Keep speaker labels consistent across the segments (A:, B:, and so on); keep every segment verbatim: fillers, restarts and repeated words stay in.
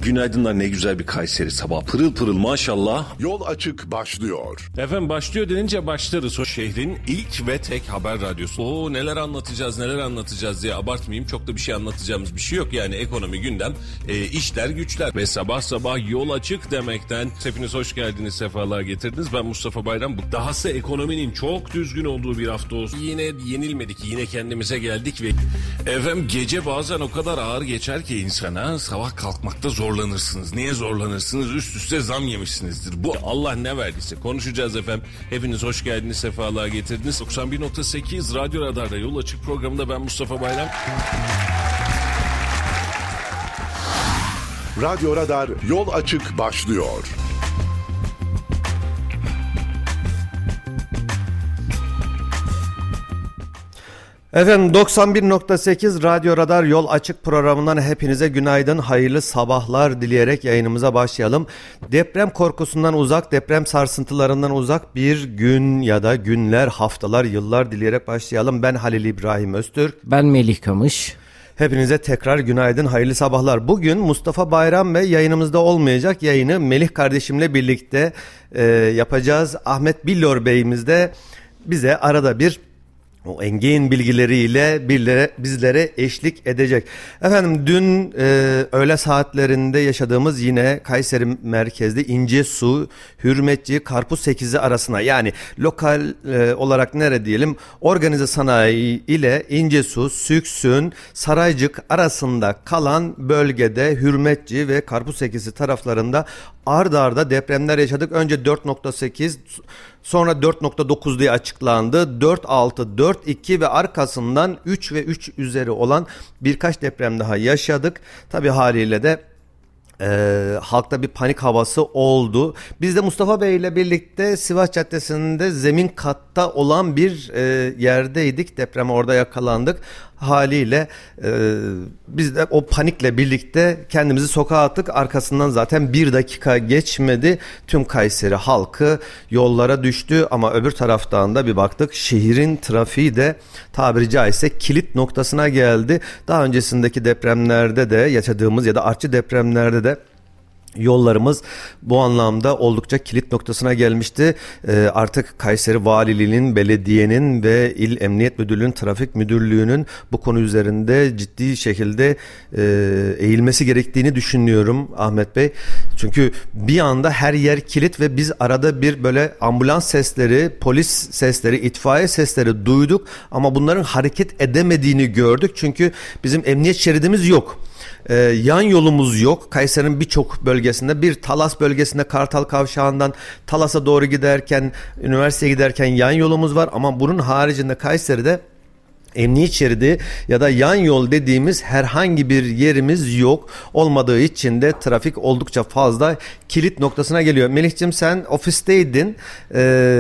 A: Günaydınlar, ne güzel bir Kayseri sabah. Pırıl pırıl maşallah.
B: Yol Açık başlıyor.
C: Efendim başlıyor denince başlarız. O şehrin ilk ve tek haber radyosu. Oo neler anlatacağız neler anlatacağız diye abartmayayım. Çok da bir şey anlatacağımız bir şey yok. Yani ekonomi, gündem, e, işler güçler. Ve sabah sabah yol açık demekten hepiniz hoş geldiniz, sefalar getirdiniz. Ben Mustafa Bayram. Bu dahası ekonominin çok düzgün olduğu bir hafta olsun. Yine yenilmedik, yine kendimize geldik ve efendim gece bazen o kadar ağır geçer ki insana, sabah kalkmakta zorlanırsınız. Niye zorlanırsınız? Üst üste zam yemişsinizdir. Bu Allah ne verdiyse konuşacağız efendim. Hepiniz hoş geldiniz, sefalar getirdiniz. doksan bir nokta sekiz Radyo Radar'da Yol Açık programında ben Mustafa Bayram.
B: Radyo Radar Yol Açık başlıyor.
D: Efendim doksan bir nokta sekiz Radyo Radar Yol Açık programından hepinize günaydın, hayırlı sabahlar dileyerek yayınımıza başlayalım. Deprem korkusundan uzak, deprem sarsıntılarından uzak bir gün ya da günler, haftalar, yıllar dileyerek başlayalım. Ben Halil İbrahim Öztürk.
E: Ben Melih Kamış.
D: Hepinize tekrar günaydın, hayırlı sabahlar. Bugün Mustafa Bayram Bey yayınımızda olmayacak. Yayını Melih kardeşimle birlikte e, yapacağız. Ahmet Billor Bey'imiz de bize arada bir o engin bilgileriyle birlere, bizlere eşlik edecek. Efendim dün e, öğle saatlerinde yaşadığımız yine Kayseri merkezli İncesu, Hürmetçi, Karpuz sekizi arasına, yani lokal e, olarak nere diyelim, organize sanayi ile İncesu, Süksün, Saraycık arasında kalan bölgede Hürmetçi ve Karpuz sekizi taraflarında arda arda depremler yaşadık. Önce dört nokta sekiz, sonra dört nokta dokuz diye açıklandı. dört altı, dört iki ve arkasından üç ve üç üzeri olan birkaç deprem daha yaşadık. Tabii haliyle de Ee, halkta bir panik havası oldu. Biz de Mustafa Bey ile birlikte Sivas Caddesi'nde zemin katta olan bir e, yerdeydik. Depreme orada yakalandık. Haliyle e, biz de o panikle birlikte kendimizi sokağa attık. Arkasından zaten bir dakika geçmedi, tüm Kayseri halkı yollara düştü. Ama öbür taraftan da bir baktık, şehrin trafiği de tabiri caizse kilit noktasına geldi. Daha öncesindeki depremlerde de yaşadığımız ya da artçı depremlerde de yollarımız bu anlamda oldukça kilit noktasına gelmişti. Ee, artık Kayseri Valiliğinin, belediyenin ve İl Emniyet Müdürlüğü'nün, Trafik Müdürlüğü'nün bu konu üzerinde ciddi şekilde e, eğilmesi gerektiğini düşünüyorum Ahmet Bey. Çünkü bir anda her yer kilit ve biz arada bir böyle ambulans sesleri, polis sesleri, itfaiye sesleri duyduk ama bunların hareket edemediğini gördük. Çünkü bizim emniyet şeridimiz yok. Ee, yan yolumuz yok. Kayseri'nin birçok bölgesinde, bir Talas bölgesinde Kartal Kavşağı'ndan Talas'a doğru giderken, üniversiteye giderken yan yolumuz var ama bunun haricinde Kayseri'de emniyet şeridi ya da yan yol dediğimiz herhangi bir yerimiz yok. Olmadığı için de trafik oldukça fazla kilit noktasına geliyor. Melih'cim, sen ofisteydin. Ee,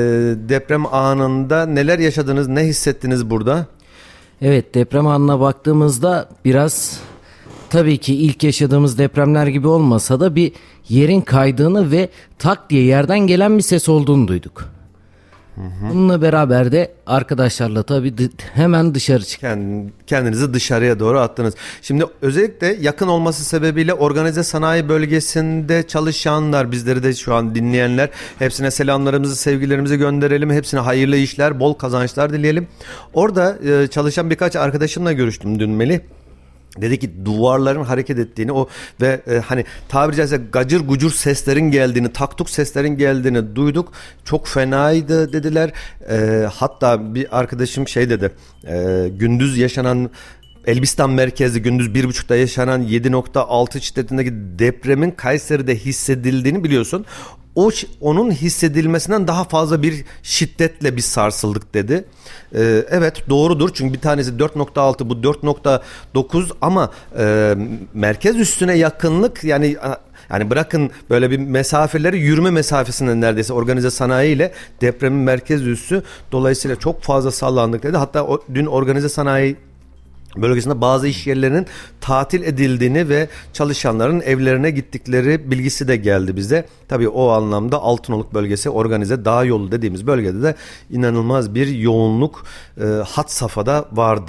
D: deprem anında neler yaşadınız, ne hissettiniz burada?
E: Evet, deprem anına baktığımızda biraz, tabii ki ilk yaşadığımız depremler gibi olmasa da bir yerin kaydığını ve tak diye yerden gelen bir ses olduğunu duyduk. Hı hı. Bununla beraber de arkadaşlarla tabii d- hemen dışarı çıktık.
D: Kendinizi dışarıya doğru attınız. Şimdi özellikle yakın olması sebebiyle organize sanayi bölgesinde çalışanlar, bizleri de şu an dinleyenler, hepsine selamlarımızı, sevgilerimizi gönderelim. Hepsine hayırlı işler, bol kazançlar dileyelim. Orada e, çalışan birkaç arkadaşımla görüştüm dün Melih. Dedi ki duvarların hareket ettiğini, o ve e, hani tabiri caizse gacır gucur seslerin geldiğini, taktuk seslerin geldiğini duyduk. Çok fenaydı dediler. E, hatta bir arkadaşım şey dedi, e, gündüz yaşanan Elbistan merkezli gündüz bir buçukta yaşanan yedi nokta altı şiddetindeki depremin Kayseri'de hissedildiğini biliyorsun. O onun hissedilmesinden daha fazla bir şiddetle biz sarsıldık dedi. Ee, evet doğrudur, çünkü bir tanesi dört nokta altı, bu dört nokta dokuz ama e, merkez üstüne yakınlık, yani yani bırakın böyle bir mesafeleri, yürüme mesafesinden neredeyse organize sanayi ile depremin merkez üssü, dolayısıyla çok fazla sallandık dedi. Hatta o, dün organize sanayi bölgesinde bazı iş yerlerinin tatil edildiğini ve çalışanların evlerine gittikleri bilgisi de geldi bize. Tabii o anlamda Altınoluk bölgesi, organize dağ yolu dediğimiz bölgede de inanılmaz bir yoğunluk e, had safhada vardı.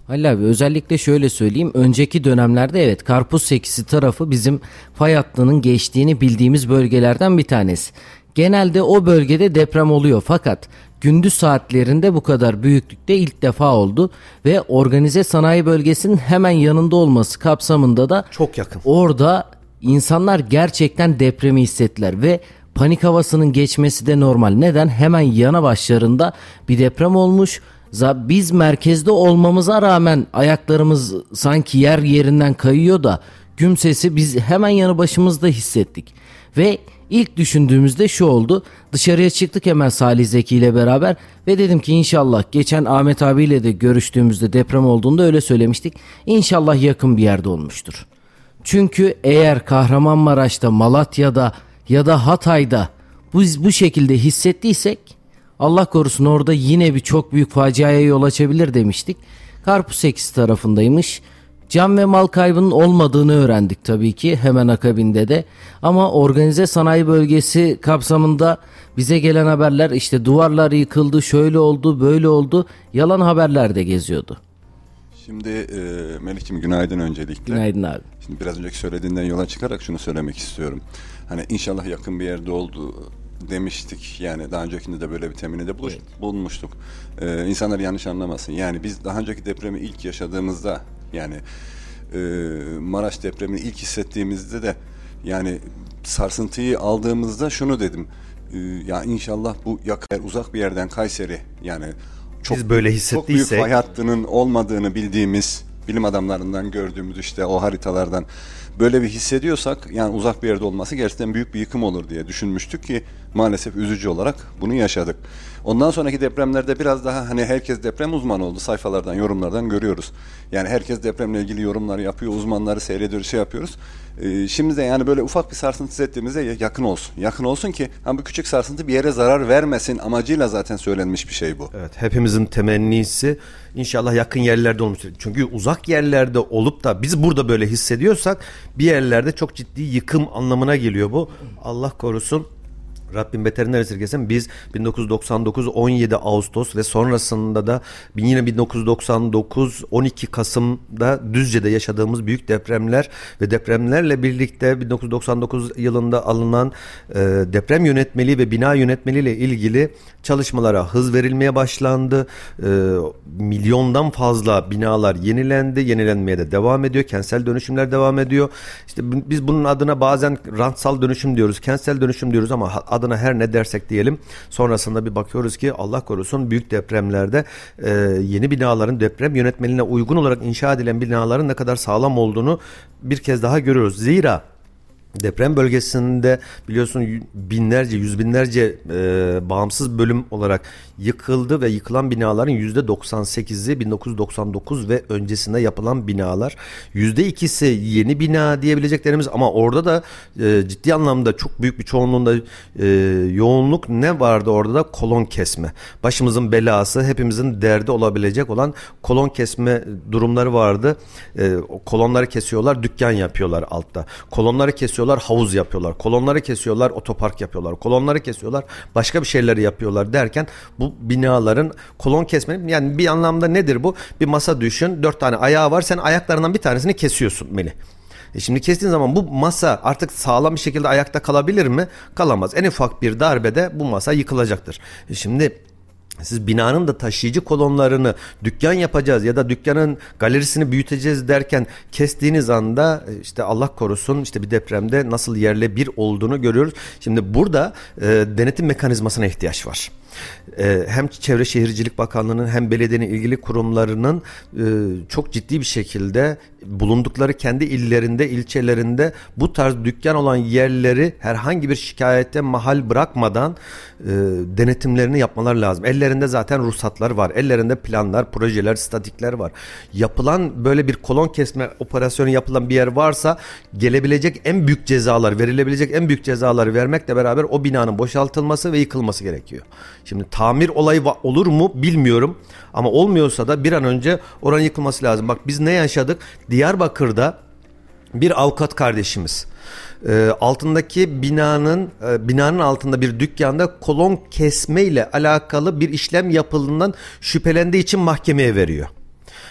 E: Halil abi özellikle şöyle söyleyeyim. Önceki dönemlerde evet Karpuz Sekisi tarafı bizim fay hattının geçtiğini bildiğimiz bölgelerden bir tanesi. Genelde o bölgede deprem oluyor fakat gündüz saatlerinde bu kadar büyüklükte ilk defa oldu ve organize sanayi bölgesinin hemen yanında olması kapsamında da
D: Çok yakın.
E: orada insanlar gerçekten depremi hissettiler ve panik havasının geçmesi de normal. Neden? Hemen yana başlarında bir deprem olmuş. Biz merkezde olmamıza rağmen ayaklarımız sanki yer yerinden kayıyor da güm sesi biz hemen yanı başımızda hissettik. Ve ilk düşündüğümüzde şu oldu. Dışarıya çıktık hemen Salih Zeki ile beraber ve dedim ki inşallah, geçen Ahmet abiyle de görüştüğümüzde deprem olduğunda öyle söylemiştik. İnşallah yakın bir yerde olmuştur. Çünkü eğer Kahramanmaraş'ta, Malatya'da ya da Hatay'da biz bu şekilde hissettiysek Allah korusun orada yine bir çok büyük faciaya yol açabilir demiştik. Karpuz Sekisi tarafındaymış. Can ve mal kaybının olmadığını öğrendik tabii ki hemen akabinde de. Ama organize sanayi bölgesi kapsamında bize gelen haberler işte duvarlar yıkıldı, şöyle oldu, böyle oldu. Yalan haberler de geziyordu.
F: Şimdi e, Melih'ciğim günaydın öncelikle.
E: Günaydın abi.
F: Şimdi biraz önceki söylediğinden yola çıkarak şunu söylemek istiyorum. Hani inşallah yakın bir yerde oldu demiştik. Yani daha öncekinde de böyle bir temini de buluş, evet. bulmuştuk. Ee, insanlar yanlış anlamasın. Yani biz daha önceki depremi ilk yaşadığımızda, yani e, Maraş depremini ilk hissettiğimizde de yani sarsıntıyı aldığımızda şunu dedim. E, ya inşallah bu yakın, uzak bir yerden Kayseri, yani çok,
D: biz böyle
F: çok büyük
D: hissettiysek
F: fay hattının olmadığını bildiğimiz, bilim adamlarından gördüğümüz işte o haritalardan böyle bir hissediyorsak, yani uzak bir yerde olması gerçekten büyük bir yıkım olur diye düşünmüştük ki maalesef üzücü olarak bunu yaşadık. Ondan sonraki depremlerde biraz daha hani herkes deprem uzmanı oldu, sayfalardan, yorumlardan görüyoruz. Yani herkes depremle ilgili yorumlar yapıyor, uzmanları seyrediyoruz, şey yapıyoruz. Ee, şimdi de yani böyle ufak bir sarsıntı hissettiğimizde yakın olsun. Yakın olsun ki hani bu küçük sarsıntı bir yere zarar vermesin amacıyla zaten söylenmiş bir şey bu.
D: Evet, hepimizin temennisi inşallah yakın yerlerde olmuştur. Çünkü uzak yerlerde olup da biz burada böyle hissediyorsak bir yerlerde çok ciddi yıkım anlamına geliyor bu. Allah korusun. Rabbim beterinden esirgesin. Biz bin dokuz yüz doksan dokuz on yedi Ağustos ve sonrasında da yine bin dokuz yüz doksan dokuz on iki Kasım'da Düzce'de yaşadığımız büyük depremler ve depremlerle birlikte bin dokuz yüz doksan dokuz yılında alınan e, deprem yönetmeliği ve bina yönetmeliği ile ilgili çalışmalara hız verilmeye başlandı. E, milyondan fazla binalar yenilendi. Yenilenmeye de devam ediyor. Kentsel dönüşümler devam ediyor. İşte biz bunun adına bazen rantsal dönüşüm diyoruz, kentsel dönüşüm diyoruz ama adına her ne dersek diyelim, sonrasında bir bakıyoruz ki Allah korusun büyük depremlerde e, yeni binaların deprem yönetmeliğine uygun olarak inşa edilen binaların ne kadar sağlam olduğunu bir kez daha görüyoruz. Zira deprem bölgesinde biliyorsun binlerce, yüz binlerce e, bağımsız bölüm olarak yıkıldı ve yıkılan binaların yüzde doksan sekizi bin dokuz yüz doksan dokuz ve öncesinde yapılan binalar. yüzde ikisi yeni bina diyebileceklerimiz ama orada da e, ciddi anlamda çok büyük bir çoğunluğunda e, yoğunluk ne vardı orada da? Kolon kesme. Başımızın belası, hepimizin derdi olabilecek olan kolon kesme durumları vardı. E, kolonları kesiyorlar, dükkan yapıyorlar altta. Kolonları kesiyorlar, havuz yapıyorlar. Kolonları kesiyorlar, otopark yapıyorlar. Kolonları kesiyorlar, başka bir şeyleri yapıyorlar derken bu binaların kolon kesme, yani bir anlamda nedir bu? Bir masa düşün, dört tane ayağı var, sen ayaklarından bir tanesini kesiyorsun Melih. E şimdi kestiğin zaman bu masa artık sağlam bir şekilde ayakta kalabilir mi? Kalamaz. En ufak bir darbede bu masa yıkılacaktır. E şimdi siz binanın da taşıyıcı kolonlarını dükkan yapacağız ya da dükkanın galerisini büyüteceğiz derken kestiğiniz anda işte Allah korusun işte bir depremde nasıl yerle bir olduğunu görüyoruz. Şimdi burada e, denetim mekanizmasına ihtiyaç var. Ee, hem Çevre Şehircilik Bakanlığı'nın hem belediyenin ilgili kurumlarının e, çok ciddi bir şekilde bulundukları kendi illerinde, ilçelerinde bu tarz dükkan olan yerleri herhangi bir şikayete mahal bırakmadan e, denetimlerini yapmalar lazım. Ellerinde zaten ruhsatlar var. Ellerinde planlar, projeler, statikler var. Yapılan böyle bir kolon kesme operasyonu yapılan bir yer varsa gelebilecek en büyük cezalar, verilebilecek en büyük cezaları vermekle beraber o binanın boşaltılması ve yıkılması gerekiyor. Şimdi tamir olayı olur mu bilmiyorum ama olmuyorsa da bir an önce oranın yıkılması lazım. Bak biz ne yaşadık? Diyarbakır'da bir avukat kardeşimiz e, altındaki binanın e, binanın altında bir dükkanda kolon kesme ile alakalı bir işlem yapıldığından şüphelendiği için mahkemeye veriyor.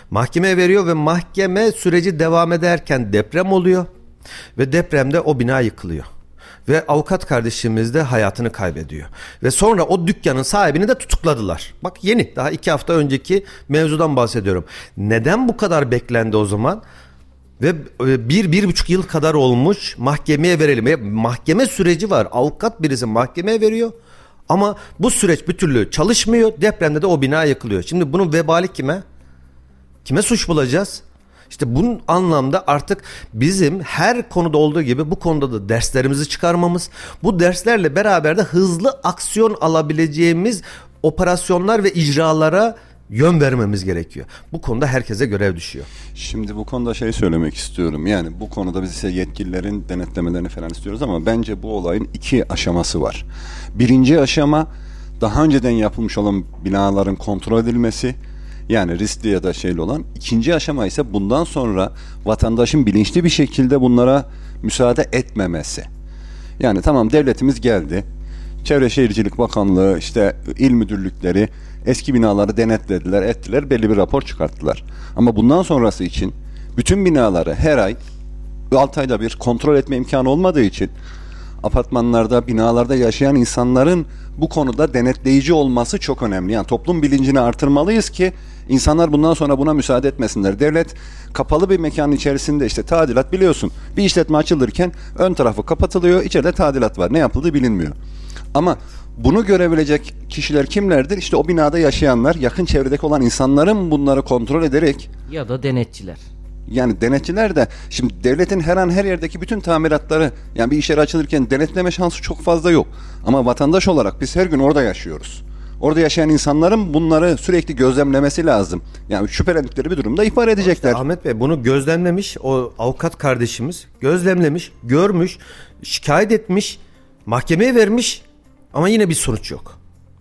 D: Mahkemeye veriyor ve mahkeme süreci devam ederken deprem oluyor ve depremde o bina yıkılıyor. Ve avukat kardeşimiz de hayatını kaybediyor. Ve sonra o dükkanın sahibini de tutukladılar. Bak yeni, daha iki hafta önceki mevzudan bahsediyorum. Neden bu kadar beklendi o zaman? Ve bir, bir buçuk yıl kadar olmuş mahkemeye verelim. E, mahkeme süreci var. Avukat birisi mahkemeye veriyor. Ama bu süreç bir türlü çalışmıyor. Depremde de o bina yıkılıyor. Şimdi bunun vebali kime? Kime suç bulacağız? İşte bunun anlamda artık bizim her konuda olduğu gibi bu konuda da derslerimizi çıkarmamız, bu derslerle beraber de hızlı aksiyon alabileceğimiz operasyonlar ve icralara yön vermemiz gerekiyor. Bu konuda herkese görev düşüyor.
F: Şimdi bu konuda şey söylemek istiyorum. Yani bu konuda biz ise yetkililerin denetlemelerini falan istiyoruz ama bence bu olayın iki aşaması var. Birinci aşama daha önceden yapılmış olan binaların kontrol edilmesi. Yani riskli ya da şeyli olan. İkinci aşama ise bundan sonra vatandaşın bilinçli bir şekilde bunlara müsaade etmemesi. Yani tamam, devletimiz geldi. Çevre Şehircilik Bakanlığı, işte il müdürlükleri eski binaları denetlediler, ettiler, belli bir rapor çıkarttılar. Ama bundan sonrası için bütün binaları her ay altı ayda bir kontrol etme imkanı olmadığı için apartmanlarda, binalarda yaşayan insanların bu konuda denetleyici olması çok önemli. Yani toplum bilincini artırmalıyız ki insanlar bundan sonra buna müsaade etmesinler. Devlet kapalı bir mekanın içerisinde, işte tadilat, biliyorsun, bir işletme açılırken ön tarafı kapatılıyor, içeride tadilat var. Ne yapıldığı bilinmiyor. Ama bunu görebilecek kişiler kimlerdir? İşte o binada yaşayanlar, yakın çevredeki olan insanların bunları kontrol ederek,
E: Ya da denetçiler.
F: yani denetçiler de, şimdi devletin her an her yerdeki bütün tamiratları, yani bir iş yeri açılırken denetleme şansı çok fazla yok. Ama vatandaş olarak biz her gün orada yaşıyoruz. Orada yaşayan insanların bunları sürekli gözlemlemesi lazım. Yani şüphelendikleri bir durumda ihbar edecekler.
D: İşte Ahmet Bey bunu gözlemlemiş, o avukat kardeşimiz gözlemlemiş, görmüş, şikayet etmiş, mahkemeye vermiş ama yine bir sonuç yok.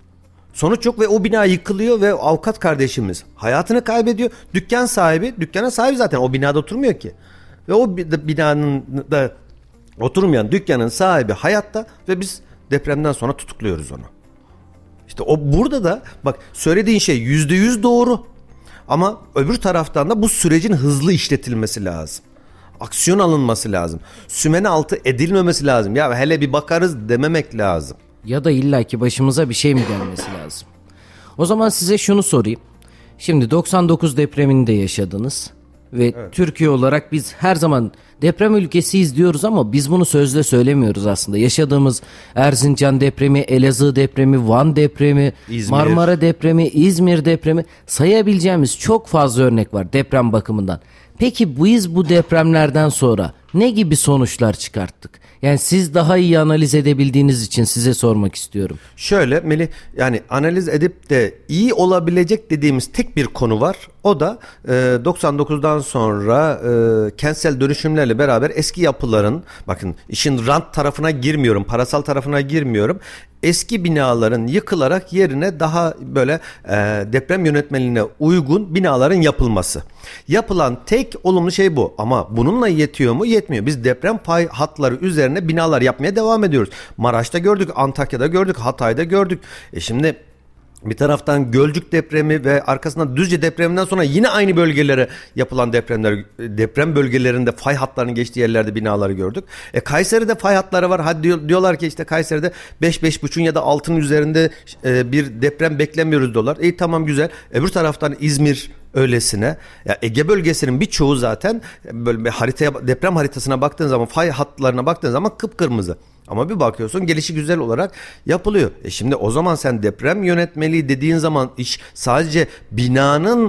D: Sonuç yok ve o bina yıkılıyor ve avukat kardeşimiz hayatını kaybediyor. Dükkan sahibi, dükkanın sahibi zaten o binada oturmuyor ki. Ve o binanın da oturmayan dükkanın sahibi hayatta ve biz depremden sonra tutukluyoruz onu. İşte o burada da bak, söylediğin şey yüzde yüz doğru. Ama öbür taraftan da bu sürecin hızlı işletilmesi lazım. Aksiyon alınması lazım. Sümene altı edilmemesi lazım. Ya hele bir bakarız dememek lazım.
E: Ya da illaki başımıza bir şey mi gelmesi lazım? O zaman size şunu sorayım. Şimdi doksan dokuz depremini de yaşadınız. Ve evet, Türkiye olarak biz her zaman deprem ülkesiyiz diyoruz ama biz bunu sözle söylemiyoruz aslında. Yaşadığımız Erzincan depremi, Elazığ depremi, Van depremi, İzmir, Marmara depremi, İzmir depremi, sayabileceğimiz çok fazla örnek var deprem bakımından. Peki biz bu depremlerden sonra ne gibi sonuçlar çıkarttık? Yani siz daha iyi analiz edebildiğiniz için size sormak istiyorum.
D: Şöyle Melih, yani analiz edip de iyi olabilecek dediğimiz tek bir konu var. O da e, doksan dokuzdan sonra e, kentsel dönüşümlerle beraber eski yapıların, bakın işin rant tarafına girmiyorum, parasal tarafına girmiyorum. Eski binaların yıkılarak yerine daha böyle e, deprem yönetmeliğine uygun binaların yapılması. Yapılan tek olumlu şey bu. Ama bununla yetiyor mu? Yetmiyor. Biz deprem pay hatları üzerine binalar yapmaya devam ediyoruz. Maraş'ta gördük, Antakya'da gördük, Hatay'da gördük. E şimdi bir taraftan Gölcük depremi ve arkasından Düzce depreminden sonra yine aynı bölgelere yapılan depremler, deprem bölgelerinde fay hatlarının geçtiği yerlerde binaları gördük. E Kayseri'de fay hatları var. Hadi diyorlar ki işte Kayseri'de beş beş buçuk ya da altının üzerinde e, bir deprem beklemiyoruz diyorlar. E tamam, güzel. Öbür taraftan İzmir öylesine. Ya Ege bölgesinin birçoğu zaten böyle bir haritaya, deprem haritasına baktığın zaman, fay hatlarına baktığın zaman kıpkırmızı. Ama bir bakıyorsun gelişi güzel olarak yapılıyor. E şimdi o zaman sen deprem yönetmeliği dediğin zaman iş sadece binanın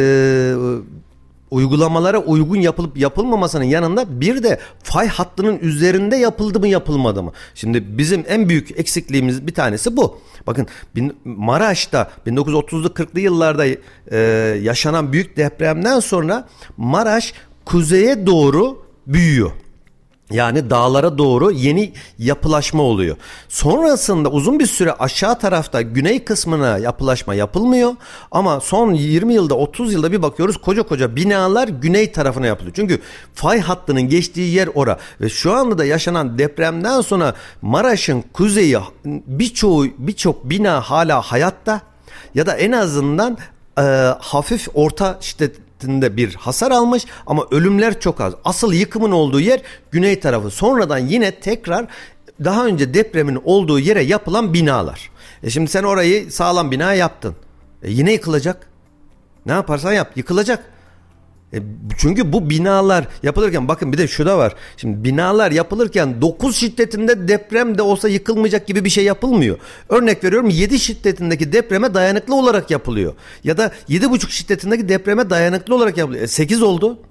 D: e, uygulamalara uygun yapılıp yapılmamasının yanında bir de fay hattının üzerinde yapıldı mı yapılmadı mı? Şimdi bizim en büyük eksikliğimiz bir tanesi bu. Bakın Maraş'ta bin dokuz yüz otuzlu kırklı yıllarda e, yaşanan büyük depremden sonra Maraş kuzeye doğru büyüyor. Yani dağlara doğru yeni yapılaşma oluyor. Sonrasında uzun bir süre aşağı tarafta güney kısmına yapılaşma yapılmıyor. Ama son yirmi yılda, otuz yılda bir bakıyoruz koca koca binalar güney tarafına yapılıyor. Çünkü fay hattının geçtiği yer ora. Ve şu anda da yaşanan depremden sonra Maraş'ın kuzeyi birçoğu birçok bina hala hayatta. Ya da en azından e, hafif orta işte şiddetinde bir hasar almış ama ölümler çok az. Asıl yıkımın olduğu yer güney tarafı. Sonradan yine tekrar daha önce depremin olduğu yere yapılan binalar. E şimdi sen orayı sağlam bina yaptın. E yine yıkılacak. Ne yaparsan yap yıkılacak. E çünkü bu binalar yapılırken bakın bir de şu da var. Şimdi binalar yapılırken dokuz şiddetinde deprem de olsa yıkılmayacak gibi bir şey yapılmıyor. Örnek veriyorum yedi şiddetindeki depreme dayanıklı olarak yapılıyor. Ya da yedi buçuk şiddetindeki depreme dayanıklı olarak yapılıyor. E sekiz oldu.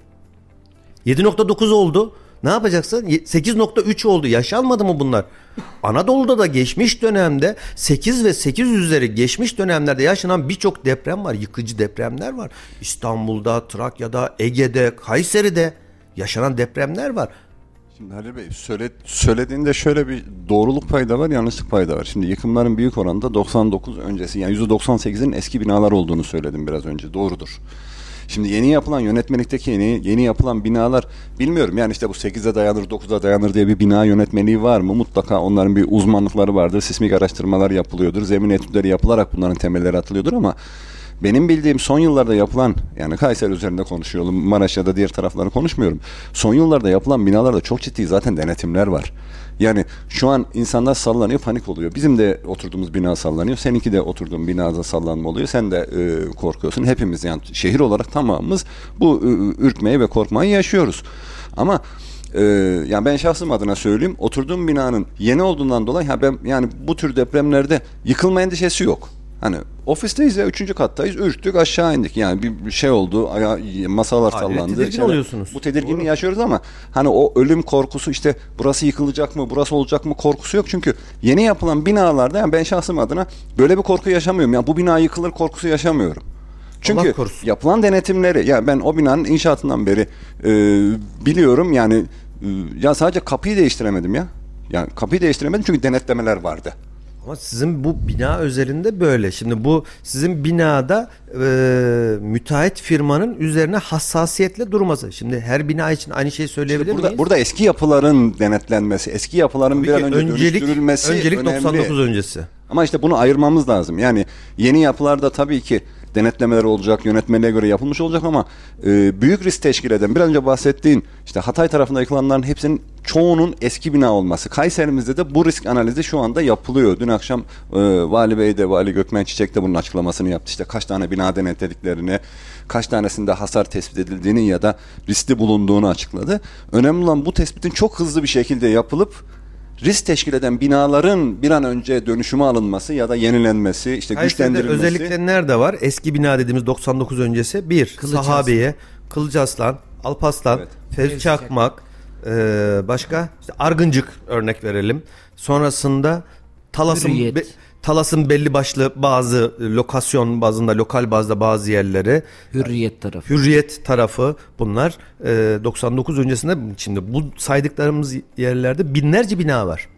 D: yedi nokta dokuz oldu. Ne yapacaksın? sekiz nokta üç oldu. Yaşanmadı mı bunlar? Anadolu'da da geçmiş dönemde sekiz ve sekiz üzeri geçmiş dönemlerde yaşanan birçok deprem var. Yıkıcı depremler var. İstanbul'da, Trakya'da, Ege'de, Kayseri'de yaşanan depremler var.
F: Şimdi Halil Bey söyle, söylediğinde şöyle bir doğruluk payı da var, yanlışlık payı da var. Şimdi yıkımların büyük oranda doksan dokuz öncesi, yani yüzde doksan sekizin eski binalar olduğunu söyledim biraz önce. Doğrudur. Şimdi yeni yapılan yönetmelikteki yeni, yeni yapılan binalar bilmiyorum yani işte bu sekize dayanır dokuza dayanır diye bir bina yönetmeliği var mı? Mutlaka onların bir uzmanlıkları vardır. Sismik araştırmalar yapılıyordur. Zemin etütleri yapılarak bunların temelleri atılıyordur ama benim bildiğim son yıllarda yapılan, yani Kayseri üzerinde konuşuyorum, Maraş ya da diğer tarafları konuşmuyorum. Son yıllarda yapılan binalarda çok ciddi zaten denetimler var. Yani şu an insanlar sallanıyor, panik oluyor. Bizim de oturduğumuz bina sallanıyor. Seninki de oturduğun binada sallanma oluyor. Sen de e, korkuyorsun. Hepimiz yani şehir olarak tamamımız bu e, ürkmeyi ve korkmayı yaşıyoruz. Ama e, yani ben şahsım adına söyleyeyim. Oturduğum binanın yeni olduğundan dolayı ha ben yani bu tür depremlerde yıkılma endişesi yok. Hani ofisteyiz ya, üçüncü kattayız, ürktük, aşağı indik. Yani bir, bir şey oldu, aya, masalar
D: Hayır,
F: sallandı.
D: tedirgin
F: İçeride,
D: oluyorsunuz.
F: bu tedirginliği yaşıyoruz ama hani o ölüm korkusu, işte burası yıkılacak mı, burası olacak mı korkusu yok. Çünkü yeni yapılan binalarda yani ben şahsım adına böyle bir korku yaşamıyorum. Yani bu bina yıkılır korkusu yaşamıyorum. Çünkü yapılan denetimleri, yani ben o binanın inşaatından beri e, biliyorum yani e, ya sadece kapıyı değiştiremedim ya. Yani kapıyı değiştiremedim çünkü denetlemeler vardı.
D: Ama sizin bu bina özelinde böyle. Şimdi bu sizin binada e, müteahhit firmanın üzerine hassasiyetle durması. Şimdi her bina için aynı şeyi söyleyebilir
F: burada,
D: miyiz?
F: Burada eski yapıların denetlenmesi, eski yapıların
D: Tabii
F: bir an
D: ki
F: önce
D: öncelik,
F: dönüştürülmesi
D: öncelik
F: önemli.
D: doksan dokuz öncesi.
F: Ama işte bunu ayırmamız lazım. Yani yeni yapılarda tabii ki denetlemeler olacak, yönetmeliğe göre yapılmış olacak ama e, büyük risk teşkil eden, bir önce bahsettiğin işte Hatay tarafında yıkılanların hepsinin çoğunun eski bina olması. Kayserimizde de bu risk analizi şu anda yapılıyor. Dün akşam e, Vali Bey de, Vali Gökmen Çiçek de bunun açıklamasını yaptı. İşte kaç tane bina denetlediklerini, kaç tanesinde hasar tespit edildiğini ya da riskli bulunduğunu açıkladı. Önemli olan bu tespitin çok hızlı bir şekilde yapılıp risk teşkil eden binaların bir an önce dönüşüme alınması ya da yenilenmesi, işte
D: Kayseri'de
F: güçlendirilmesi.
D: özellikle nerede var? Eski bina dediğimiz doksan dokuz öncesi bir
E: Kılıç
D: Sahabiye, Kılıçarslan, Alparslan,
F: Evet.
D: Fevzi Çakmak, e, başka işte Argıncık örnek verelim. Sonrasında Talas'ın
E: Hürriyet.
D: be, Talas'ın belli başlı bazı lokasyon bazında, lokal bazda bazı yerleri,
E: Hürriyet tarafı.
D: Hürriyet tarafı, bunlar e, doksan dokuz öncesinde. Şimdi bu saydıklarımız yerlerde binlerce bina var.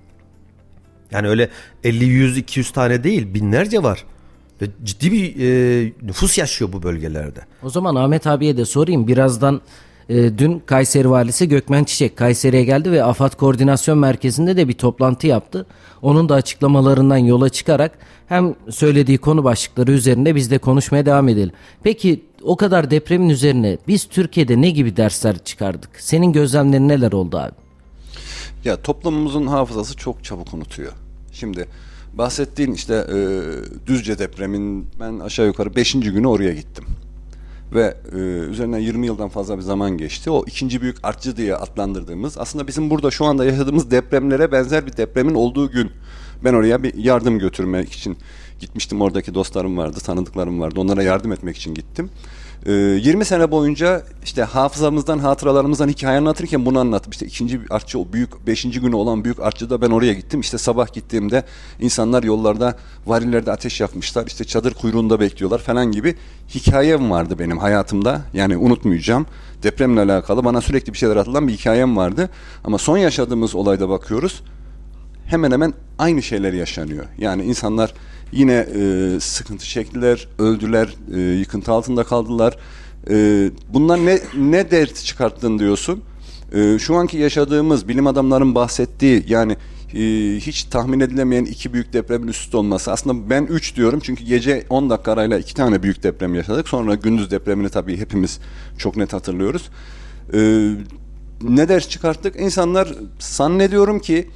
D: Yani öyle elli, yüz, iki yüz tane değil, binlerce var. Ve ciddi bir e, nüfus yaşıyor bu bölgelerde.
E: O zaman Ahmet abiye de sorayım. Birazdan e, dün Kayseri Valisi Gökmen Çiçek Kayseri'ye geldi ve AFAD Koordinasyon Merkezi'nde de bir toplantı yaptı. Onun da açıklamalarından yola çıkarak hem söylediği konu başlıkları üzerinde biz de konuşmaya devam edelim. Peki o kadar depremin üzerine biz Türkiye'de ne gibi dersler çıkardık? Senin gözlemlerin neler oldu abi?
F: Ya toplumumuzun hafızası çok çabuk unutuyor. Şimdi bahsettiğin işte e, Düzce depremin ben aşağı yukarı beşinci günü oraya gittim. Ve e, üzerinden yirmi yıldan fazla bir zaman geçti. O ikinci büyük artçı diye adlandırdığımız, aslında bizim burada şu anda yaşadığımız depremlere benzer bir depremin olduğu gün ben oraya bir yardım götürmek için gitmiştim. Oradaki dostlarım vardı, tanıdıklarım vardı. Onlara yardım etmek için gittim. E, yirmi sene boyunca işte hafızamızdan, hatıralarımızdan hikaye anlatırken bunu anlattım. İşte ikinci artçı, o büyük beşinci günü olan büyük artçıda ben oraya gittim. İşte sabah gittiğimde insanlar yollarda, varillerde ateş yakmışlar. İşte çadır kuyruğunda bekliyorlar falan gibi hikayem vardı benim hayatımda. Yani unutmayacağım. Depremle alakalı bana sürekli bir şeyler atılan bir hikayem vardı. Ama son yaşadığımız olayda bakıyoruz, hemen hemen aynı şeyler yaşanıyor. Yani insanlar yine e, sıkıntı çektiler, öldüler, e, yıkıntı altında kaldılar. E, bundan ne ne dert çıkarttın diyorsun? E, şu anki yaşadığımız, bilim adamların bahsettiği, yani hiç tahmin edilemeyen iki büyük depremin üst üste olması. Aslında ben üç diyorum çünkü gece on dakika arayla iki tane büyük deprem yaşadık. Sonra gündüz depremini tabii hepimiz çok net hatırlıyoruz. Ee, ne ders çıkarttık? İnsanlar zannediyorum ki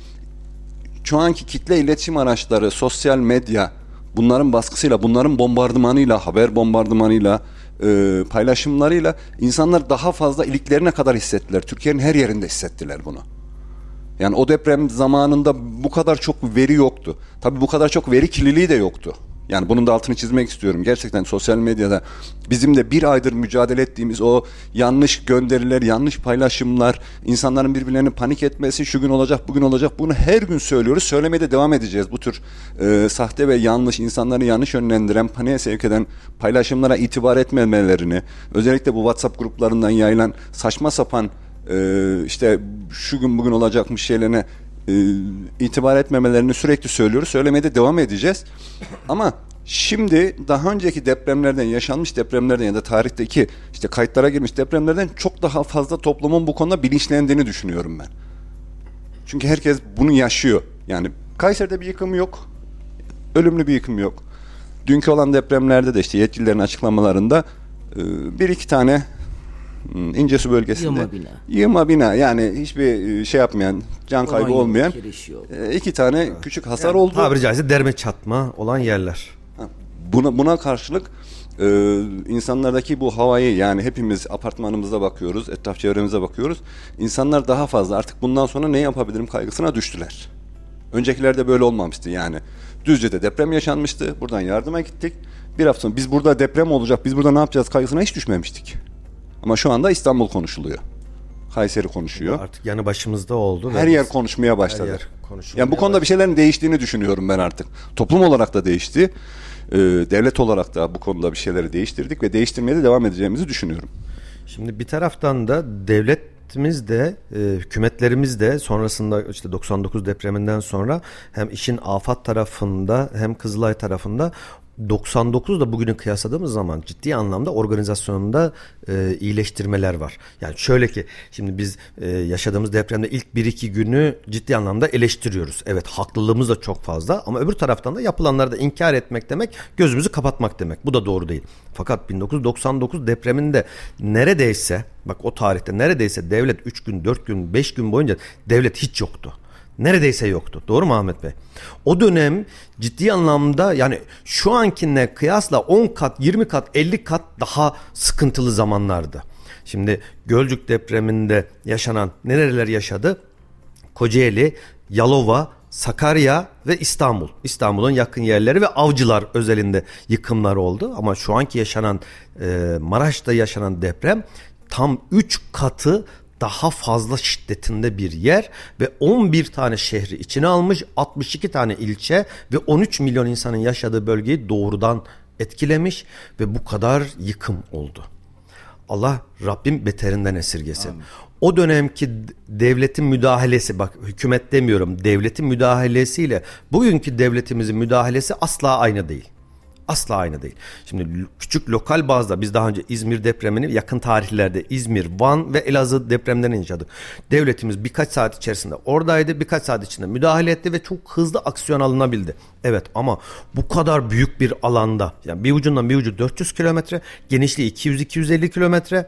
F: şu anki kitle iletişim araçları, sosyal medya, bunların baskısıyla, bunların bombardımanıyla, haber bombardımanıyla, e, paylaşımlarıyla insanlar daha fazla iliklerine kadar hissettiler. Türkiye'nin her yerinde hissettiler bunu. Yani o deprem zamanında bu kadar çok veri yoktu. Tabii bu kadar çok veri kirliliği de yoktu. Yani bunun da altını çizmek istiyorum. Gerçekten sosyal medyada bizim de bir aydır mücadele ettiğimiz o yanlış gönderiler, yanlış paylaşımlar, insanların birbirlerini panik etmesi, şu gün olacak, bugün olacak, bunu her gün söylüyoruz. Söylemeye de devam edeceğiz. Bu tür e, sahte ve yanlış, insanları yanlış yönlendiren, paniğe sevk eden paylaşımlara itibar etmemelerini, özellikle bu WhatsApp gruplarından yayılan saçma sapan e, işte şu gün bugün olacakmış şeylerine E, itibar etmemelerini sürekli söylüyoruz. Söylemeye de devam edeceğiz. Ama şimdi daha önceki depremlerden, yaşanmış depremlerden ya da tarihteki işte kayıtlara girmiş depremlerden çok daha fazla toplumun bu konuda bilinçlendiğini düşünüyorum ben. Çünkü herkes bunu yaşıyor. Yani Kayseri'de bir yıkım yok. Ölümlü bir yıkım yok. Dünkü olan depremlerde de işte yetkililerin açıklamalarında e, bir iki tane İncesu bölgesinde
E: yığma bina.
F: Yığma bina yani hiçbir şey yapmayan, can kaybı
E: Olan
F: olmayan
E: yok,
F: iki tane küçük hasar
D: Yani
F: oldu.
D: tabiri caizse derme çatma olan yerler.
F: Buna buna karşılık e, insanlardaki bu havayı, yani hepimiz apartmanımıza bakıyoruz, etraf çevremize bakıyoruz. İnsanlar daha fazla artık bundan sonra ne yapabilirim kaygısına düştüler. Öncekilerde böyle olmamıştı yani. Düzce'de deprem yaşanmıştı. Buradan yardıma gittik. Bir hafta sonra biz burada deprem olacak, biz burada ne yapacağız kaygısına hiç düşmemiştik. Ama şu anda İstanbul konuşuluyor. Kayseri konuşuyor.
D: Artık yanı başımızda oldu.
F: Her yer konuşmaya başladı.
D: Yer konuşulmaya
F: yani bu konuda bir şeylerin değiştiğini düşünüyorum ben artık. Toplum olarak da değişti. Ee, devlet olarak da bu konuda bir şeyleri değiştirdik ve değiştirmeye de devam edeceğimizi düşünüyorum.
D: Şimdi bir taraftan da devletimiz de e, hükümetlerimiz de sonrasında işte doksan dokuz depreminden sonra hem işin afat tarafında hem Kızılay tarafında doksan dokuzda bugünü kıyasladığımız zaman ciddi anlamda organizasyonunda e, iyileştirmeler var. Yani şöyle ki şimdi biz e, yaşadığımız depremde ilk bir iki günü ciddi anlamda eleştiriyoruz. Evet, haklılığımız da çok fazla ama öbür taraftan da yapılanları da inkar etmek demek gözümüzü kapatmak demek. Bu da doğru değil. Fakat bin dokuz yüz doksan dokuz depreminde neredeyse, bak o tarihte neredeyse devlet üç gün, dört gün, beş gün boyunca devlet hiç yoktu. Neredeyse yoktu. Doğru mu Ahmet Bey? O dönem ciddi anlamda yani şu ankine kıyasla on kat, yirmi kat, elli kat daha sıkıntılı zamanlardı. Şimdi Gölcük depreminde yaşanan nereler yaşadı? Kocaeli, Yalova, Sakarya ve İstanbul. İstanbul'un yakın yerleri ve Avcılar özelinde yıkımlar oldu. Ama şu anki yaşanan e, Maraş'ta yaşanan deprem tam üç katı daha fazla şiddetinde bir yer ve on bir tane şehri içine almış, altmış iki tane ilçe ve on üç milyon insanın yaşadığı bölgeyi doğrudan etkilemiş ve bu kadar yıkım oldu. Allah Rabbim beterinden esirgesin. Amin. O dönemki devletin müdahalesi, bak hükümet demiyorum, devletin müdahalesiyle bugünkü devletimizin müdahalesi asla aynı değil. Asla aynı değil. Şimdi küçük lokal bazda biz daha önce İzmir depremini yakın tarihlerde İzmir, Van ve Elazığ depremlerini yaşadık. Devletimiz birkaç saat içerisinde oradaydı, birkaç saat içinde müdahale etti ve çok hızlı aksiyon alınabildi. Evet, ama bu kadar büyük bir alanda, yani bir ucundan bir ucu dört yüz kilometre, genişliği iki yüz iki yüz elli kilometre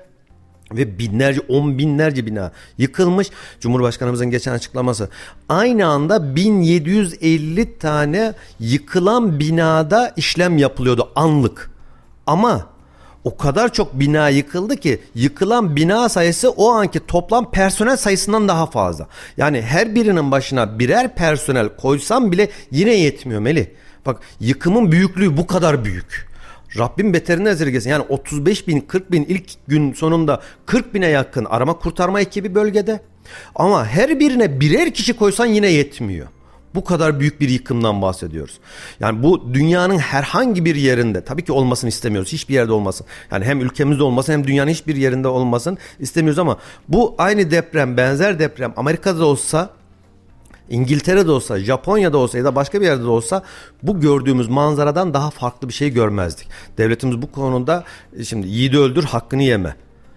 D: ve binlerce, on binlerce bina yıkılmış. Cumhurbaşkanımızın geçen açıklaması, aynı anda bin yedi yüz elli tane yıkılan binada işlem yapılıyordu anlık. Ama o kadar çok bina yıkıldı ki yıkılan bina sayısı o anki toplam personel sayısından daha fazla. Yani her birinin başına birer personel koysam bile yine yetmiyor Melih. Bak, yıkımın büyüklüğü bu kadar büyük. Rabbim beterinden esirgesin. Yani otuz beş bin, kırk bin, ilk gün sonunda kırk bine yakın arama kurtarma ekibi bölgede. Ama her birine birer kişi koysan yine yetmiyor. Bu kadar büyük bir yıkımdan bahsediyoruz. Yani bu dünyanın herhangi bir yerinde, tabii ki olmasını istemiyoruz. Hiçbir yerde olmasın. Yani hem ülkemizde olmasın hem dünyanın hiçbir yerinde olmasın istemiyoruz ama bu aynı deprem, benzer deprem Amerika'da olsa, İngiltere'de olsa, Japonya'da olsa ya da başka bir yerde de olsa bu gördüğümüz manzaradan daha farklı bir şey görmezdik. Devletimiz bu konuda şimdi yiğidi öldür hakkını yeme.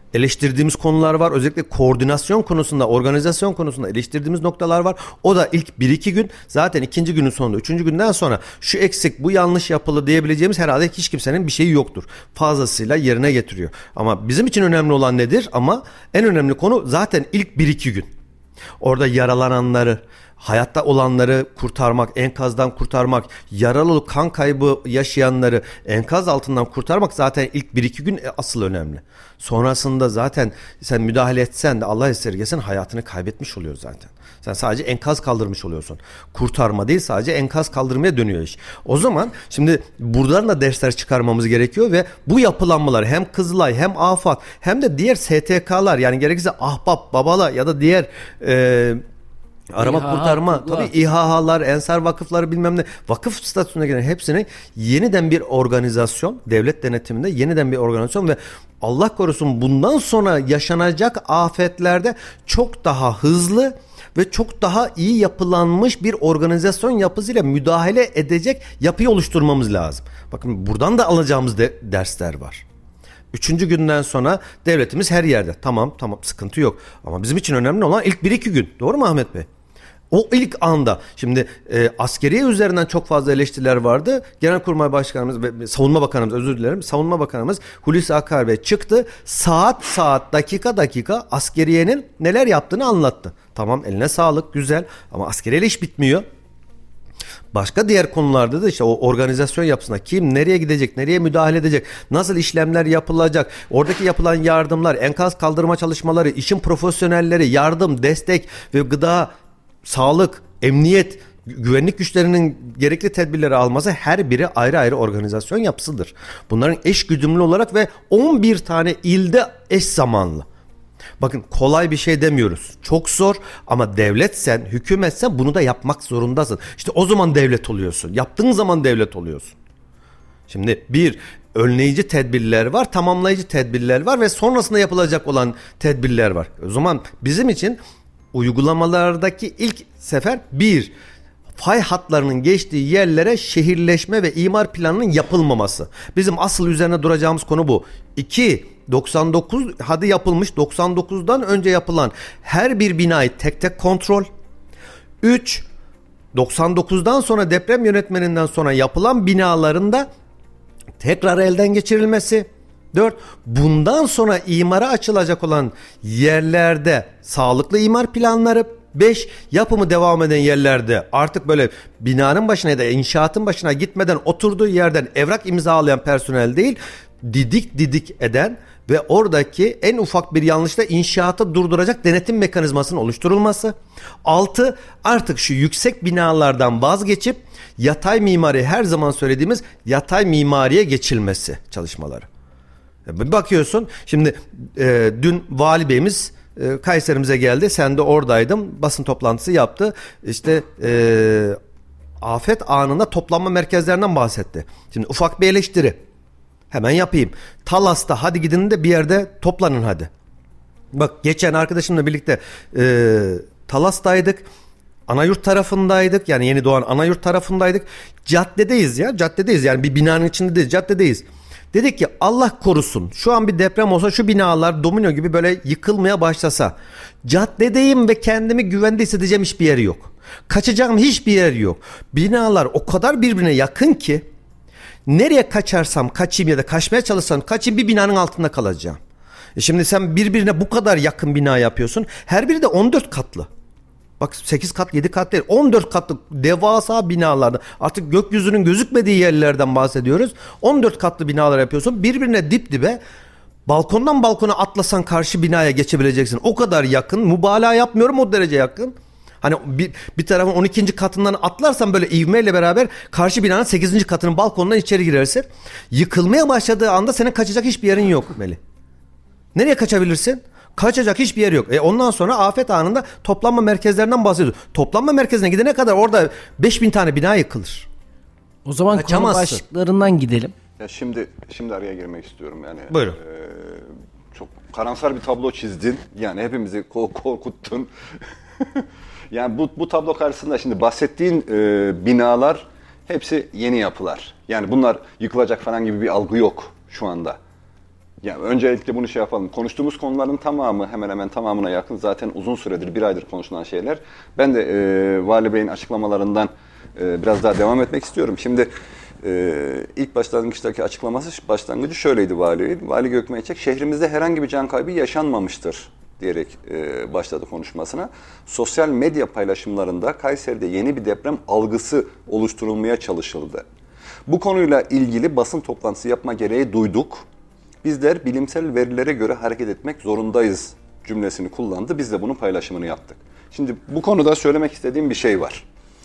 D: eleştirdiğimiz konular var. Özellikle koordinasyon konusunda, organizasyon konusunda eleştirdiğimiz noktalar var. O da ilk bir iki gün. Zaten ikinci günün sonunda, üçüncü günden sonra şu eksik, bu yanlış yapılı diyebileceğimiz herhalde hiç kimsenin bir şeyi yoktur. Fazlasıyla yerine getiriyor. Ama bizim için önemli olan nedir? Ama en önemli konu zaten ilk bir iki gün. Orada yaralananları, hayatta olanları kurtarmak, enkazdan kurtarmak, yaralı, kan kaybı yaşayanları enkaz altından kurtarmak zaten ilk bir iki gün asıl önemli. Sonrasında zaten sen müdahale etsen de Allah esirgesin hayatını kaybetmiş oluyor zaten. Sen sadece enkaz kaldırmış oluyorsun. Kurtarma değil, sadece enkaz kaldırmaya dönüyor iş. O zaman şimdi buradan da dersler çıkarmamız gerekiyor ve bu yapılanmalar hem Kızılay hem AFAD hem de diğer S T K'lar, yani gerekirse Ahbap, Babala ya da diğer e, arama
E: İHA,
D: kurtarma,
E: Kugla.
D: tabii İHA'lar, Ensar vakıfları bilmem ne, vakıf statüsüne gelen hepsini yeniden bir organizasyon, devlet denetiminde yeniden bir organizasyon ve Allah korusun bundan sonra yaşanacak afetlerde çok daha hızlı ve çok daha iyi yapılanmış bir organizasyon yapısıyla müdahale edecek yapıyı oluşturmamız lazım. Bakın buradan da alacağımız de, dersler var. Üçüncü günden sonra devletimiz her yerde. Tamam tamam sıkıntı yok. Ama bizim için önemli olan ilk bir iki gün. Doğru mu Ahmet Bey? O ilk anda şimdi e, askeriye üzerinden çok fazla eleştiriler vardı. Genelkurmay Başkanımız ve Savunma Bakanımız, özür dilerim. Savunma Bakanımız Hulusi Akar Bey çıktı. Saat saat, dakika dakika askeriyenin neler yaptığını anlattı. Tamam, eline sağlık, güzel, ama askeriyeyle iş bitmiyor. Başka diğer konularda da işte o organizasyon yapısına kim nereye gidecek, nereye müdahale edecek, nasıl işlemler yapılacak, oradaki yapılan yardımlar, enkaz kaldırma çalışmaları, işin profesyonelleri, yardım, destek ve gıda, sağlık, emniyet, güvenlik güçlerinin gerekli tedbirleri alması her biri ayrı ayrı organizasyon yapısıdır. Bunların eş güdümlü olarak ve on bir tane ilde eş zamanlı. Bakın kolay bir şey demiyoruz. Çok zor ama devletsen, hükümetsen bunu da yapmak zorundasın. İşte o zaman devlet oluyorsun. Yaptığın zaman devlet oluyorsun. Şimdi bir önleyici tedbirler var, tamamlayıcı tedbirler var ve sonrasında yapılacak olan tedbirler var. O zaman bizim için uygulamalardaki ilk sefer bir, fay hatlarının geçtiği yerlere şehirleşme ve imar planının yapılmaması. Bizim asıl üzerine duracağımız konu bu. İki, doksan dokuz hadi yapılmış, doksan dokuzdan önce yapılan her bir binayı tek tek kontrol. Üç, doksan dokuzdan sonra deprem yönetmeninden sonra yapılan binaların da tekrar elden geçirilmesi. Dört, bundan sonra imara açılacak olan yerlerde sağlıklı imar planları. Beş, yapımı devam eden yerlerde artık böyle binanın başına ya da inşaatın başına gitmeden oturduğu yerden evrak imzalayan personel değil, didik didik eden ve oradaki en ufak bir yanlışta inşaatı durduracak denetim mekanizmasının oluşturulması. Altı, artık şu yüksek binalardan vazgeçip yatay mimari, her zaman söylediğimiz yatay mimariye geçilmesi çalışmaları. Bir bakıyorsun şimdi e, dün Vali Bey'imiz e, Kayserimize geldi. Sen de oradaydın. Basın toplantısı yaptı. İşte e, afet anında toplanma merkezlerinden bahsetti. Şimdi ufak bir eleştiri. Hemen yapayım. Talas'ta hadi gidin de bir yerde toplanın hadi. Bak geçen arkadaşımla birlikte e, Talas'taydık. Anayurt tarafındaydık. Yani yeni doğan Anayurt tarafındaydık. Caddedeyiz ya. Caddedeyiz. Yani bir binanın içinde değil. Caddedeyiz. Dedik ki Allah korusun şu an bir deprem olsa şu binalar domino gibi böyle yıkılmaya başlasa. Caddedeyim ve kendimi güvende hissedeceğim hiçbir yer yok. Kaçacağım hiçbir yer yok. Binalar o kadar birbirine yakın ki nereye kaçarsam kaçayım ya da kaçmaya çalışsam kaçayım bir binanın altında kalacağım. E şimdi sen birbirine bu kadar yakın bina yapıyorsun. Her biri de on dört katlı. Bak sekiz kat yedi kat değil, on dört katlı devasa binalarda, artık gökyüzünün gözükmediği yerlerden bahsediyoruz. on dört katlı binalar yapıyorsun, birbirine dip dibe. Balkondan balkona atlasan karşı binaya geçebileceksin. O kadar yakın, mübalağa yapmıyorum, o derece yakın. Hani bir, bir tarafın on ikinci katından atlarsan böyle ivmeyle beraber karşı binanın sekizinci katının balkonundan içeri girersin. Yıkılmaya başladığı anda senin kaçacak hiçbir yerin yok Melih. Nereye kaçabilirsin? Kaçacak hiçbir yer yok. E ondan sonra afet anında toplanma merkezlerinden bahsediyoruz. Toplanma merkezine gidene kadar orada beş bin tane bina yıkılır.
E: O zaman konu
D: Kaçamazsın.
E: başlıklarından gidelim.
F: Ya şimdi şimdi araya girmek istiyorum yani.
D: Buyurun.
F: E, çok karamsar bir tablo çizdin. Yani hepimizi korkuttun. Yani bu bu tablo karşısında şimdi bahsettiğin e, binalar hepsi yeni yapılar. Yani bunlar yıkılacak falan gibi bir algı yok şu anda. Yani öncelikle bunu şey yapalım. Konuştuğumuz konuların tamamı, hemen hemen tamamına yakın zaten uzun süredir, bir aydır konuşulan şeyler. Ben de e, Vali Bey'in açıklamalarından e, biraz daha devam etmek istiyorum. Şimdi e, ilk başlangıçtaki açıklaması, başlangıcı şöyleydi Vali Bey. Vali Gökmençek, şehrimizde herhangi bir can kaybı yaşanmamıştır diyerek e, başladı konuşmasına. Sosyal medya paylaşımlarında Kayseri'de yeni bir deprem algısı oluşturulmaya çalışıldı. Bu konuyla ilgili basın toplantısı yapma gereği duyduk. Bizler bilimsel verilere göre hareket etmek zorundayız cümlesini kullandı. Biz de bunun paylaşımını yaptık. Şimdi bu konuda söylemek istediğim bir şey var.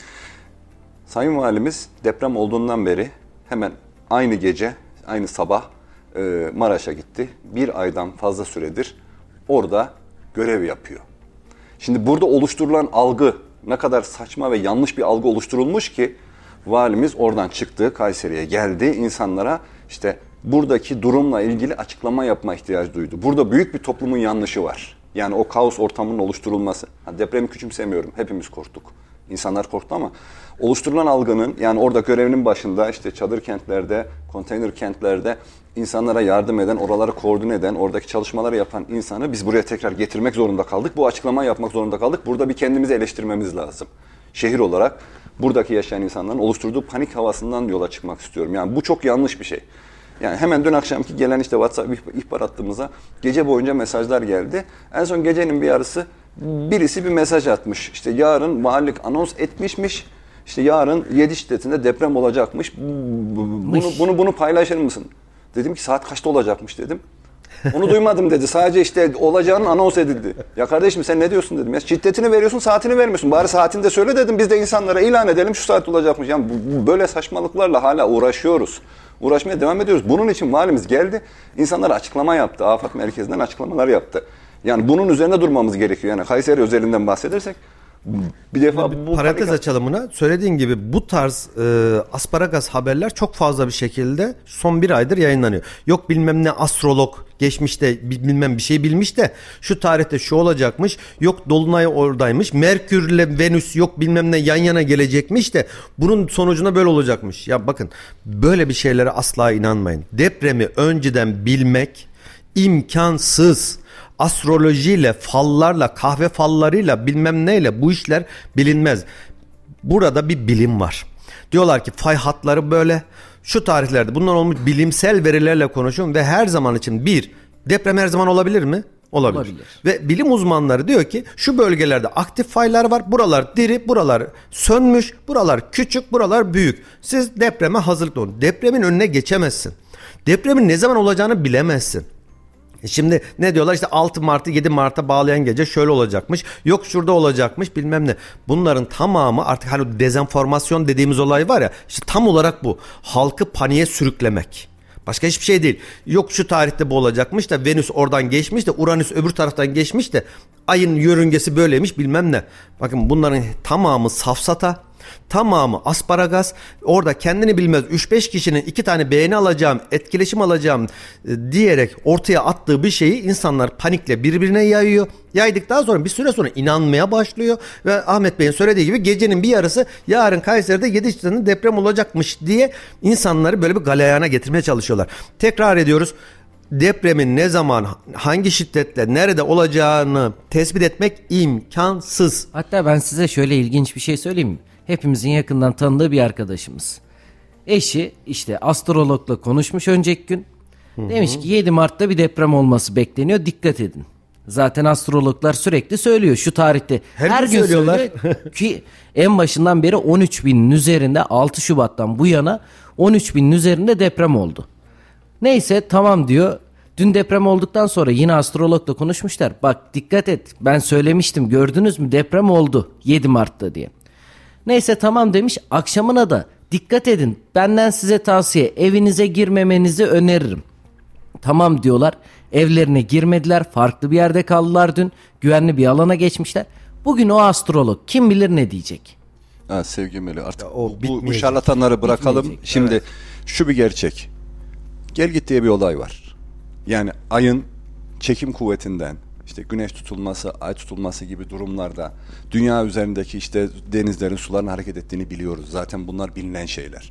F: Sayın Valimiz deprem olduğundan beri hemen aynı gece, aynı sabah e, Maraş'a gitti. Bir aydan fazla süredir orada görev yapıyor. Şimdi burada oluşturulan algı ne kadar saçma ve yanlış bir algı oluşturulmuş ki valimiz oradan çıktı, Kayseri'ye geldi, insanlara işte buradaki durumla ilgili açıklama yapma ihtiyacı duydu. Burada büyük bir toplumun yanlışı var. Yani o kaos ortamının oluşturulması. Ha, depremi küçümsemiyorum, hepimiz korktuk. İnsanlar korktu ama oluşturulan algının, yani orada görevinin başında işte çadır kentlerde, konteyner kentlerde insanlara yardım eden, oraları koordine eden, oradaki çalışmaları yapan insanı biz buraya tekrar getirmek zorunda kaldık. Bu açıklamayı yapmak zorunda kaldık. Burada bir kendimizi eleştirmemiz lazım. Şehir olarak buradaki yaşayan insanların oluşturduğu panik havasından yola çıkmak istiyorum. Yani bu çok yanlış bir şey. Yani hemen dün akşamki gelen işte WhatsApp ihbar hattımıza gece boyunca mesajlar geldi. En son gecenin bir yarısı birisi bir mesaj atmış. İşte yarın valilik anons etmişmiş. İşte yarın yedi şiddetinde deprem olacakmış. Bunu bunu bunu paylaşır mısın? Dedim ki saat kaçta olacakmış dedim. Onu duymadım dedi. Sadece işte olacağının anons edildi. Ya kardeşim sen ne diyorsun dedim. Ya şiddetini veriyorsun, saatini vermiyorsun. Bari saatini de söyle dedim. Biz de insanlara ilan edelim şu saat olacakmış. Yani bu, bu, böyle saçmalıklarla hala uğraşıyoruz. Uğraşmaya devam ediyoruz. Bunun için valimiz geldi. İnsanlara açıklama yaptı. Afet Merkezi'nden açıklamalar yaptı. Yani bunun üzerine durmamız gerekiyor. Yani Kayseri özelinden bahsedersek bir defa
D: bir
F: bu
D: parantez
F: panik...
D: açalım buna. Söylediğin gibi bu tarz e, asparagas haberler çok fazla bir şekilde son bir aydır yayınlanıyor. Yok bilmem ne astrolog geçmişte bilmem bir şey bilmiş de şu tarihte şu olacakmış. Yok dolunay oradaymış. Merkürle Venüs yok bilmem ne yan yana gelecekmiş de bunun sonucunda böyle olacakmış. Ya bakın böyle bir şeylere asla inanmayın. Depremi önceden bilmek imkansız. Astrolojiyle, fallarla, kahve fallarıyla bilmem neyle bu işler bilinmez. Burada bir bilim var. Diyorlar ki fay hatları böyle şu tarihlerde bunlar olmuş, bilimsel verilerle konuşuyorum ve her zaman için bir deprem her zaman olabilir mi? Olabilir. Olabilir. Ve bilim uzmanları diyor ki şu bölgelerde aktif faylar var. Buralar diri, buralar sönmüş, buralar küçük, buralar büyük. Siz depreme hazırlıklı olun. Depremin önüne geçemezsin. Depremin ne zaman olacağını bilemezsin. Şimdi ne diyorlar işte altı Mart'ı yedi Mart'a bağlayan gece şöyle olacakmış. Yok şurada olacakmış bilmem ne. Bunların tamamı artık hani dezenformasyon dediğimiz olay var ya işte tam olarak bu. Halkı paniğe sürüklemek. Başka hiçbir şey değil. Yok şu tarihte bu olacakmış da Venüs oradan geçmiş de Uranüs öbür taraftan geçmiş de ayın yörüngesi böyleymiş bilmem ne. Bakın bunların tamamı safsata. Tamamı asparagas. Orada kendini bilmez üç beş kişinin iki tane beğeni alacağım, etkileşim alacağım e, diyerek ortaya attığı bir şeyi insanlar panikle birbirine yayıyor. Yaydıktan sonra bir süre sonra inanmaya başlıyor ve Ahmet Bey'in söylediği gibi gecenin bir yarısı yarın Kayseri'de yedi şiddetinde deprem olacakmış diye insanları böyle bir galeyana getirmeye çalışıyorlar. Tekrar ediyoruz. Depremin ne zaman, hangi şiddetle, nerede olacağını tespit etmek imkansız.
E: Hatta ben size şöyle ilginç bir şey söyleyeyim mi? Hepimizin yakından tanıdığı bir arkadaşımız. Eşi işte astrologla konuşmuş önceki gün. Hı-hı. Demiş ki yedi Mart'ta bir deprem olması bekleniyor. Dikkat edin. Zaten astrologlar sürekli söylüyor şu tarihte. Her, her gün söylüyorlar ki en başından beri on üç binin üzerinde altı Şubat'tan bu yana on üç binin üzerinde deprem oldu. Neyse tamam diyor. Dün deprem olduktan sonra yine astrologla konuşmuşlar. Bak dikkat et ben söylemiştim gördünüz mü deprem oldu yedi Mart'ta diye. Neyse tamam demiş akşamına da dikkat edin benden size tavsiye evinize girmemenizi öneririm. Tamam diyorlar evlerine girmediler farklı bir yerde kaldılar dün güvenli bir alana geçmişler. Bugün o astrolog kim bilir ne diyecek.
F: Ha, sevgili Melih artık
D: o
F: bu, bu, bu şarlatanları bırakalım. Şimdi evet. Şu bir gerçek gel git diye bir olay var. Yani ayın çekim kuvvetinden İşte güneş tutulması, ay tutulması gibi durumlarda dünya üzerindeki işte denizlerin, suların hareket ettiğini biliyoruz. Zaten bunlar bilinen şeyler.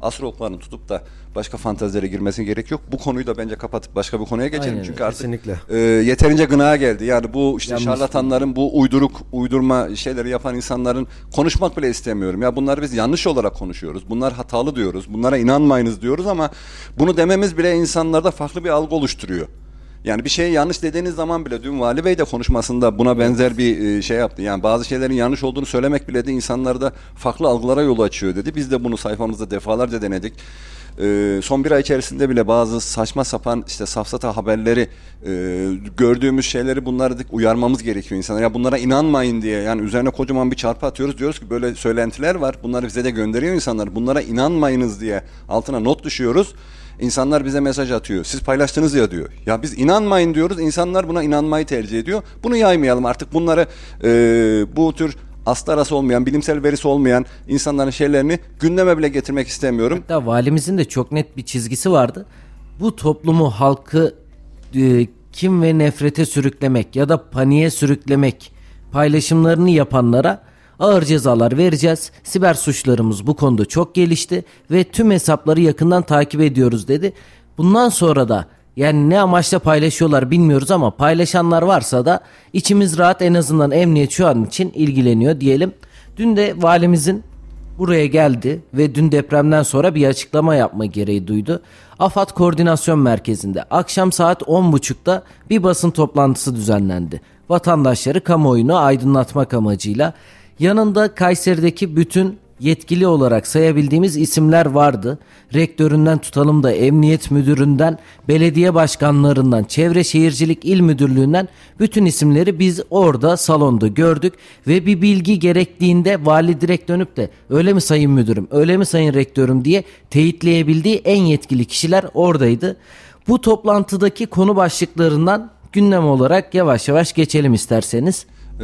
F: astrologların tutup da başka fantezilere girmesine gerek yok. Bu konuyu da bence kapatıp başka bir konuya geçelim.
E: Aynen,
F: Çünkü artık
D: kesinlikle.
F: e, yeterince gına geldi. Yani bu işte
E: Yanlış.
F: şarlatanların, bu uyduruk, uydurma şeyleri yapan insanların konuşmak bile istemiyorum. Ya bunları biz yanlış olarak konuşuyoruz. Bunlar hatalı diyoruz. Bunlara inanmayınız diyoruz ama bunu dememiz bile insanlarda farklı bir algı oluşturuyor. Yani bir şeyi yanlış dediğiniz zaman bile, dün Vali Bey de konuşmasında buna benzer bir şey yaptı. Yani bazı şeylerin yanlış olduğunu söylemek bile de insanlarda farklı algılara yol açıyor dedi. Biz de bunu sayfamızda defalarca denedik. Ee, son bir ay içerisinde bile bazı saçma sapan işte safsata haberleri, e, gördüğümüz şeyleri, bunları uyarmamız gerekiyor insanlara. Ya bunlara inanmayın diye, yani üzerine kocaman bir çarpı atıyoruz. Diyoruz ki böyle söylentiler var. Bunları bize de gönderiyor insanlar. Bunlara inanmayınız diye altına not düşüyoruz. İnsanlar bize mesaj atıyor. Siz paylaştınız ya diyor. Ya biz inanmayın diyoruz. İnsanlar buna inanmayı tercih ediyor. Bunu yaymayalım artık. Bunları e, bu tür aslı arası olmayan, bilimsel verisi olmayan insanların şeylerini gündeme bile getirmek istemiyorum.
E: Hatta valimizin de çok net bir çizgisi vardı. Bu toplumu, halkı e, kin ve nefrete sürüklemek ya da paniğe sürüklemek paylaşımlarını yapanlara ağır cezalar vereceğiz. Siber suçlarımız bu konuda çok gelişti ve tüm hesapları yakından takip ediyoruz dedi. Bundan sonra da yani ne amaçla paylaşıyorlar bilmiyoruz ama paylaşanlar varsa da içimiz rahat, en azından emniyet şu an için ilgileniyor diyelim. Dün de valimizin buraya geldi ve dün depremden sonra bir açıklama yapma gereği duydu. AFAD Koordinasyon Merkezi'nde akşam saat on buçukta bir basın toplantısı düzenlendi. Vatandaşları kamuoyunu aydınlatmak amacıyla. Yanında Kayseri'deki bütün yetkili olarak sayabildiğimiz isimler vardı. Rektöründen tutalım da emniyet müdüründen, belediye başkanlarından, çevre şehircilik il müdürlüğünden bütün isimleri biz orada salonda gördük. Ve bir bilgi gerektiğinde vali direkt dönüp de öyle mi sayın müdürüm, öyle mi sayın rektörüm diye teyitleyebildiği en yetkili kişiler oradaydı. Bu toplantıdaki konu başlıklarından gündem olarak yavaş yavaş geçelim isterseniz.
F: Ee,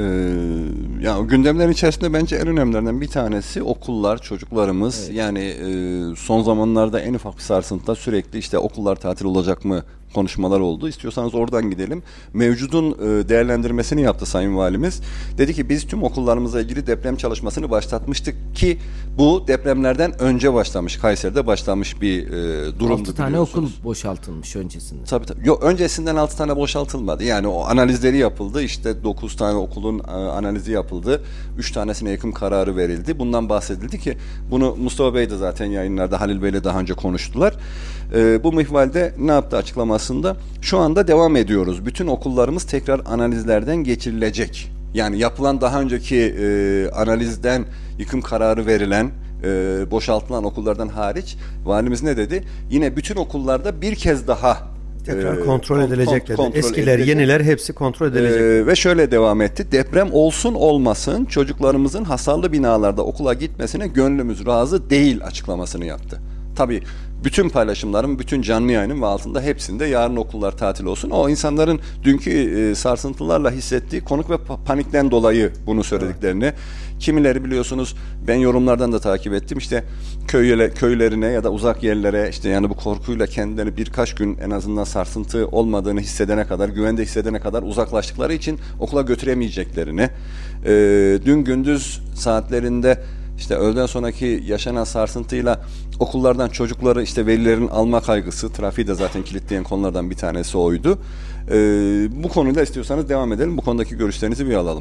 F: yani gündemlerin içerisinde bence en önemlilerinden bir tanesi okullar, çocuklarımız. Evet. Yani e, son zamanlarda en ufak bir sarsıntıda sürekli işte okullar tatil olacak mı konuşmalar oldu. İstiyorsanız oradan gidelim. Mevcudun e, değerlendirmesini yaptı Sayın Valimiz. Dedi ki biz tüm okullarımızla ilgili deprem çalışmasını başlatmıştık ki bu depremlerden önce başlamış, Kayseri'de başlamış bir e, durumdu.
E: altı tane okul boşaltılmış öncesinde.
F: Tabii tabii. Yok, öncesinden altı tane boşaltılmadı. Yani o analizleri yapıldı. İşte dokuz tane okulun e, analizi yapıldı. üç tanesine yıkım kararı verildi. Bundan bahsedildi ki bunu Mustafa Bey de zaten yayınlarda Halil Bey'le daha önce konuştular. E, bu mihvalde ne yaptı açıklamasında? Şu anda devam ediyoruz. Bütün okullarımız tekrar analizlerden geçirilecek. Yani yapılan daha önceki e, analizden yıkım kararı verilen, e, boşaltılan okullardan hariç valimiz ne dedi? Yine bütün okullarda bir kez daha
D: tekrar kontrol edilecek
F: kont-
D: dedi.
F: kontrol
D: Eskiler,
F: edilecek.
D: yeniler hepsi kontrol edilecek.
F: Ee, ve şöyle devam etti. Deprem olsun olmasın çocuklarımızın hasarlı binalarda okula gitmesine gönlümüz razı değil açıklamasını yaptı. Tabii bütün paylaşımların, bütün canlı yayının ve altında hepsinde yarın okullar tatil olsun. O insanların dünkü e, sarsıntılarla hissettiği konuk ve pa- panikten dolayı bunu söylediklerini. Evet. Kimileri biliyorsunuz, ben yorumlardan da takip ettim. İşte köyle, köylerine ya da uzak yerlere, işte yani bu korkuyla kendilerini birkaç gün en azından sarsıntı olmadığını hissedene kadar, güvende hissedene kadar uzaklaştıkları için okula götüremeyeceklerini, e, dün gündüz saatlerinde İşte öğleden sonraki yaşanan sarsıntıyla okullardan çocukları işte velilerin alma kaygısı, trafiği de zaten kilitleyen konulardan bir tanesi oydu. Ee, bu konuyla istiyorsanız devam edelim. Bu konudaki görüşlerinizi bir alalım.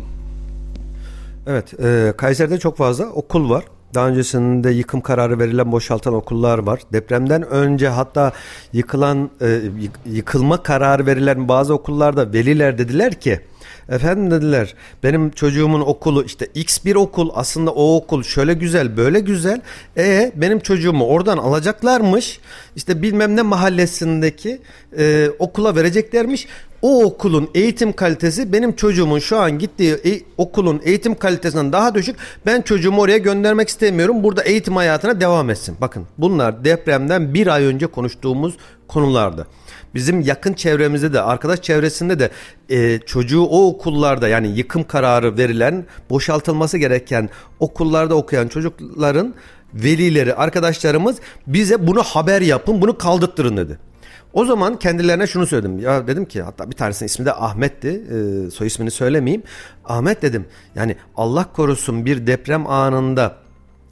D: Evet, e, Kayseri'de çok fazla okul var. Daha öncesinde yıkım kararı verilen, boşaltan okullar var. Depremden önce hatta yıkılan, e, yıkılma kararı verilen bazı okullarda veliler dediler ki, efendim dediler, benim çocuğumun okulu işte X bir okul, aslında o okul şöyle güzel böyle güzel, e benim çocuğumu oradan alacaklarmış, işte bilmem ne mahallesindeki e, okula vereceklermiş. O okulun eğitim kalitesi benim çocuğumun şu an gittiği e- okulun eğitim kalitesinden daha düşük. Ben çocuğumu oraya göndermek istemiyorum. Burada eğitim hayatına devam etsin. Bakın, bunlar depremden bir ay önce konuştuğumuz konulardı. Bizim yakın çevremizde de, arkadaş çevresinde de e, çocuğu o okullarda, yani yıkım kararı verilen, boşaltılması gereken okullarda okuyan çocukların velileri, arkadaşlarımız bize bunu haber yapın, bunu kaldırttırın dedi. O zaman kendilerine şunu söyledim. Ya dedim ki, hatta bir tanesinin ismi de Ahmet'ti. E, soy ismini söylemeyeyim. Ahmet dedim, yani Allah korusun bir deprem anında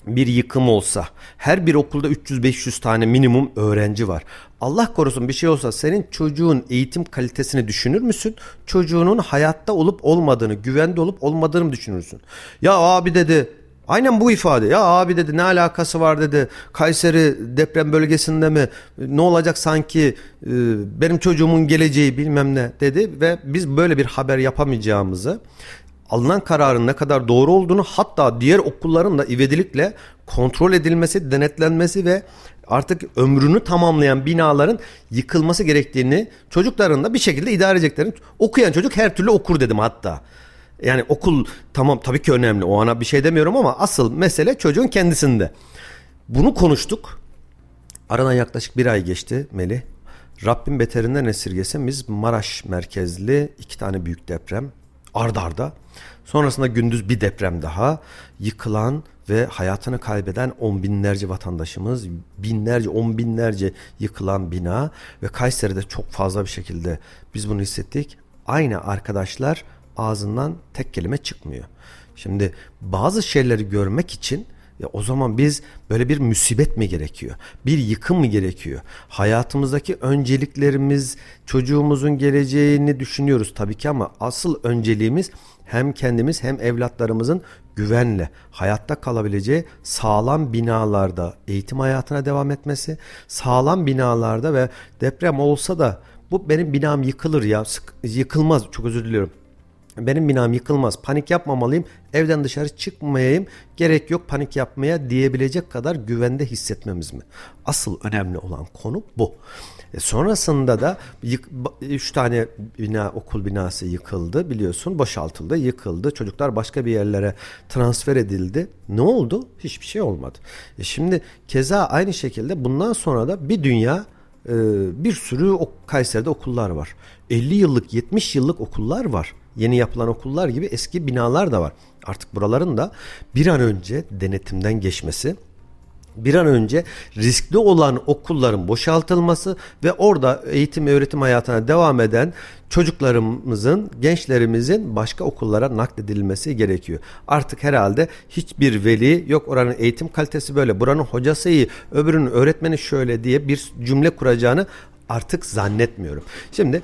D: bir yıkım olsa, her bir okulda üç yüz beş yüz tane minimum öğrenci var. Allah korusun bir şey olsa senin çocuğun eğitim kalitesini düşünür müsün? Çocuğunun hayatta olup olmadığını, güvende olup olmadığını mı düşünürsün? Ya abi dedi, aynen bu ifade. Ya abi dedi, ne alakası var dedi. Kayseri deprem bölgesinde mi? Ne olacak sanki, e, benim çocuğumun geleceği bilmem ne dedi ve biz böyle bir haber yapamayacağımızı, alınan kararın ne kadar doğru olduğunu, hatta diğer okulların da ivedilikle kontrol edilmesi, denetlenmesi ve artık ömrünü tamamlayan binaların yıkılması gerektiğini, çocukların da bir şekilde idare edeceklerini, okuyan çocuk her türlü okur dedim hatta. Yani okul tamam tabii ki önemli, o ana bir şey demiyorum ama asıl mesele çocuğun kendisinde. Bunu konuştuk. Aradan yaklaşık bir ay geçti Melih. Rabbim beterinden esirgesin, biz Maraş merkezli iki tane büyük deprem ard arda. Sonrasında gündüz bir deprem daha, yıkılan ve hayatını kaybeden on binlerce vatandaşımız, binlerce, on binlerce yıkılan bina ve Kayseri'de çok fazla bir şekilde biz bunu hissettik. Aynı arkadaşlar ağzından tek kelime çıkmıyor. Şimdi bazı şeyleri görmek için ya o zaman biz böyle bir musibet mi gerekiyor? Bir yıkım mı gerekiyor? Hayatımızdaki önceliklerimiz, çocuğumuzun geleceğini düşünüyoruz tabii ki ama asıl önceliğimiz hem kendimiz hem evlatlarımızın güvenle hayatta kalabileceği sağlam binalarda eğitim hayatına devam etmesi, sağlam binalarda ve deprem olsa da bu benim binam yıkılır ya, yıkılmaz, çok özür diliyorum. Benim binam yıkılmaz, panik yapmamalıyım, evden dışarı çıkmayayım, gerek yok panik yapmaya diyebilecek kadar güvende hissetmemiz mi? Asıl önemli olan konu bu. E sonrasında da yık, üç tane bina, okul binası yıkıldı biliyorsun, boşaltıldı, yıkıldı, çocuklar başka bir yerlere transfer edildi. Ne oldu? Hiçbir şey olmadı. E şimdi keza aynı şekilde bundan sonra da bir dünya e, bir sürü o, Kayseri'de okullar var. elli yıllık, yetmiş yıllık okullar var. Yeni yapılan okullar gibi eski binalar da var. Artık buraların da bir an önce denetimden geçmesi, bir an önce riskli olan okulların boşaltılması ve orada eğitim ve öğretim hayatına devam eden çocuklarımızın, gençlerimizin başka okullara nakledilmesi gerekiyor. Artık herhalde hiçbir veli yok oranın eğitim kalitesi böyle, buranın hocası iyi, öbürünün öğretmeni şöyle diye bir cümle kuracağını artık zannetmiyorum. Şimdi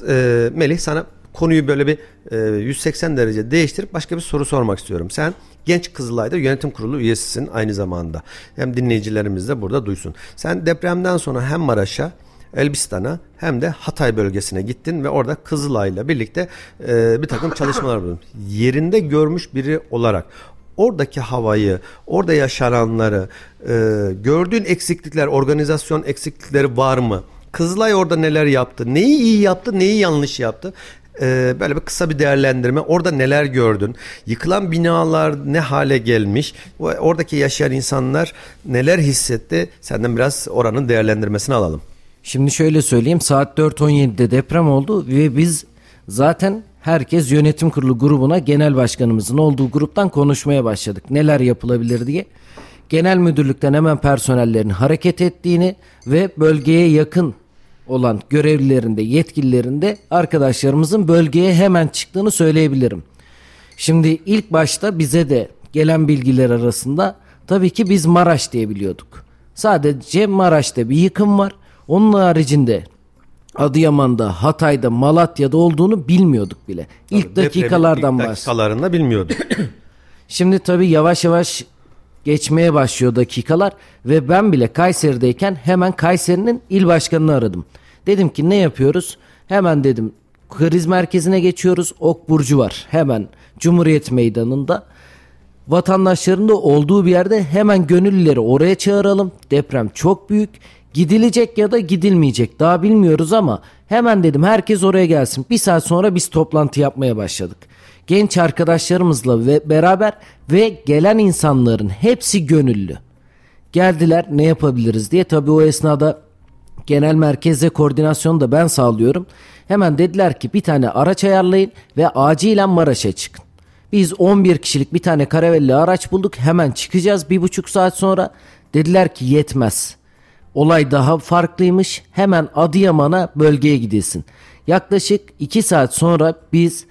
D: e, Melih, sana konuyu böyle bir e, yüz seksen derece değiştirip başka bir soru sormak istiyorum. Sen Genç Kızılay'da yönetim kurulu üyesisin aynı zamanda. Hem dinleyicilerimiz de burada duysun. Sen depremden sonra hem Maraş'a, Elbistan'a hem de Hatay bölgesine gittin ve orada Kızılay'la birlikte e, bir takım çalışmalar bulundun. Yerinde görmüş biri olarak oradaki havayı, orada yaşananları, e, gördüğün eksiklikler, organizasyon eksiklikleri var mı? Kızılay orada neler yaptı? Neyi iyi yaptı, neyi yanlış yaptı? Ee, böyle bir kısa bir değerlendirme. Orada neler gördün? Yıkılan binalar ne hale gelmiş? Oradaki yaşayan insanlar neler hissetti? Senden biraz oranın değerlendirmesini alalım.
E: Şimdi şöyle söyleyeyim, saat dört on yedide deprem oldu ve biz zaten herkes yönetim kurulu grubuna, genel başkanımızın olduğu gruptan konuşmaya başladık. Neler yapılabilir diye. Genel müdürlükten hemen personellerin hareket ettiğini ve bölgeye yakın olan görevlilerinde, yetkililerinde arkadaşlarımızın bölgeye hemen çıktığını söyleyebilirim. Şimdi ilk başta bize de gelen bilgiler arasında tabii ki biz Maraş diye biliyorduk. Sadece Maraş'ta bir yıkım var. Onun haricinde Adıyaman'da, Hatay'da, Malatya'da olduğunu bilmiyorduk bile. Tabii ilk dakikalardan bahsediyoruz. İlk
D: dakikalarında bilmiyorduk.
E: Şimdi tabii yavaş yavaş geçmeye başlıyor dakikalar ve ben bile Kayseri'deyken hemen Kayseri'nin il başkanını aradım. Dedim ki ne yapıyoruz? Hemen dedim kriz merkezine geçiyoruz. Ok Burcu var hemen Cumhuriyet Meydanı'nda. Vatandaşların da olduğu bir yerde hemen gönüllüleri oraya çağıralım. Deprem çok büyük. Gidilecek ya da gidilmeyecek daha bilmiyoruz ama hemen dedim herkes oraya gelsin. Bir saat sonra biz toplantı yapmaya başladık. Genç arkadaşlarımızla ve beraber ve gelen insanların hepsi gönüllü. Geldiler ne yapabiliriz diye. Tabii o esnada genel merkezle koordinasyonu da ben sağlıyorum. Hemen dediler ki bir tane araç ayarlayın ve acilen Maraş'a çıkın. Biz on bir kişilik bir tane karavelli araç bulduk. Hemen çıkacağız bir buçuk saat sonra. Dediler ki yetmez. Olay daha farklıymış. Hemen Adıyaman'a bölgeye gidilsin. Yaklaşık iki saat sonra biz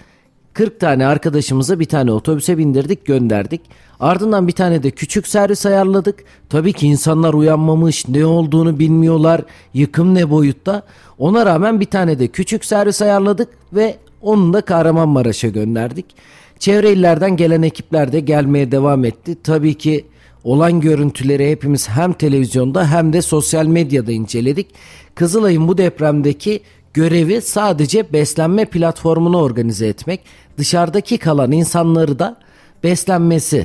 E: kırk tane arkadaşımıza bir tane otobüse bindirdik, gönderdik. Ardından bir tane de küçük servis ayarladık. Tabii ki insanlar uyanmamış, ne olduğunu bilmiyorlar, yıkım ne boyutta. Ona rağmen bir tane de küçük servis ayarladık ve onu da Kahramanmaraş'a gönderdik. Çevre illerden gelen ekipler de gelmeye devam etti. Tabii ki olan görüntüleri hepimiz hem televizyonda hem de sosyal medyada inceledik. Kızılay'ın bu depremdeki görevi sadece beslenme platformunu organize etmek. Dışarıdaki kalan insanları da beslenmesi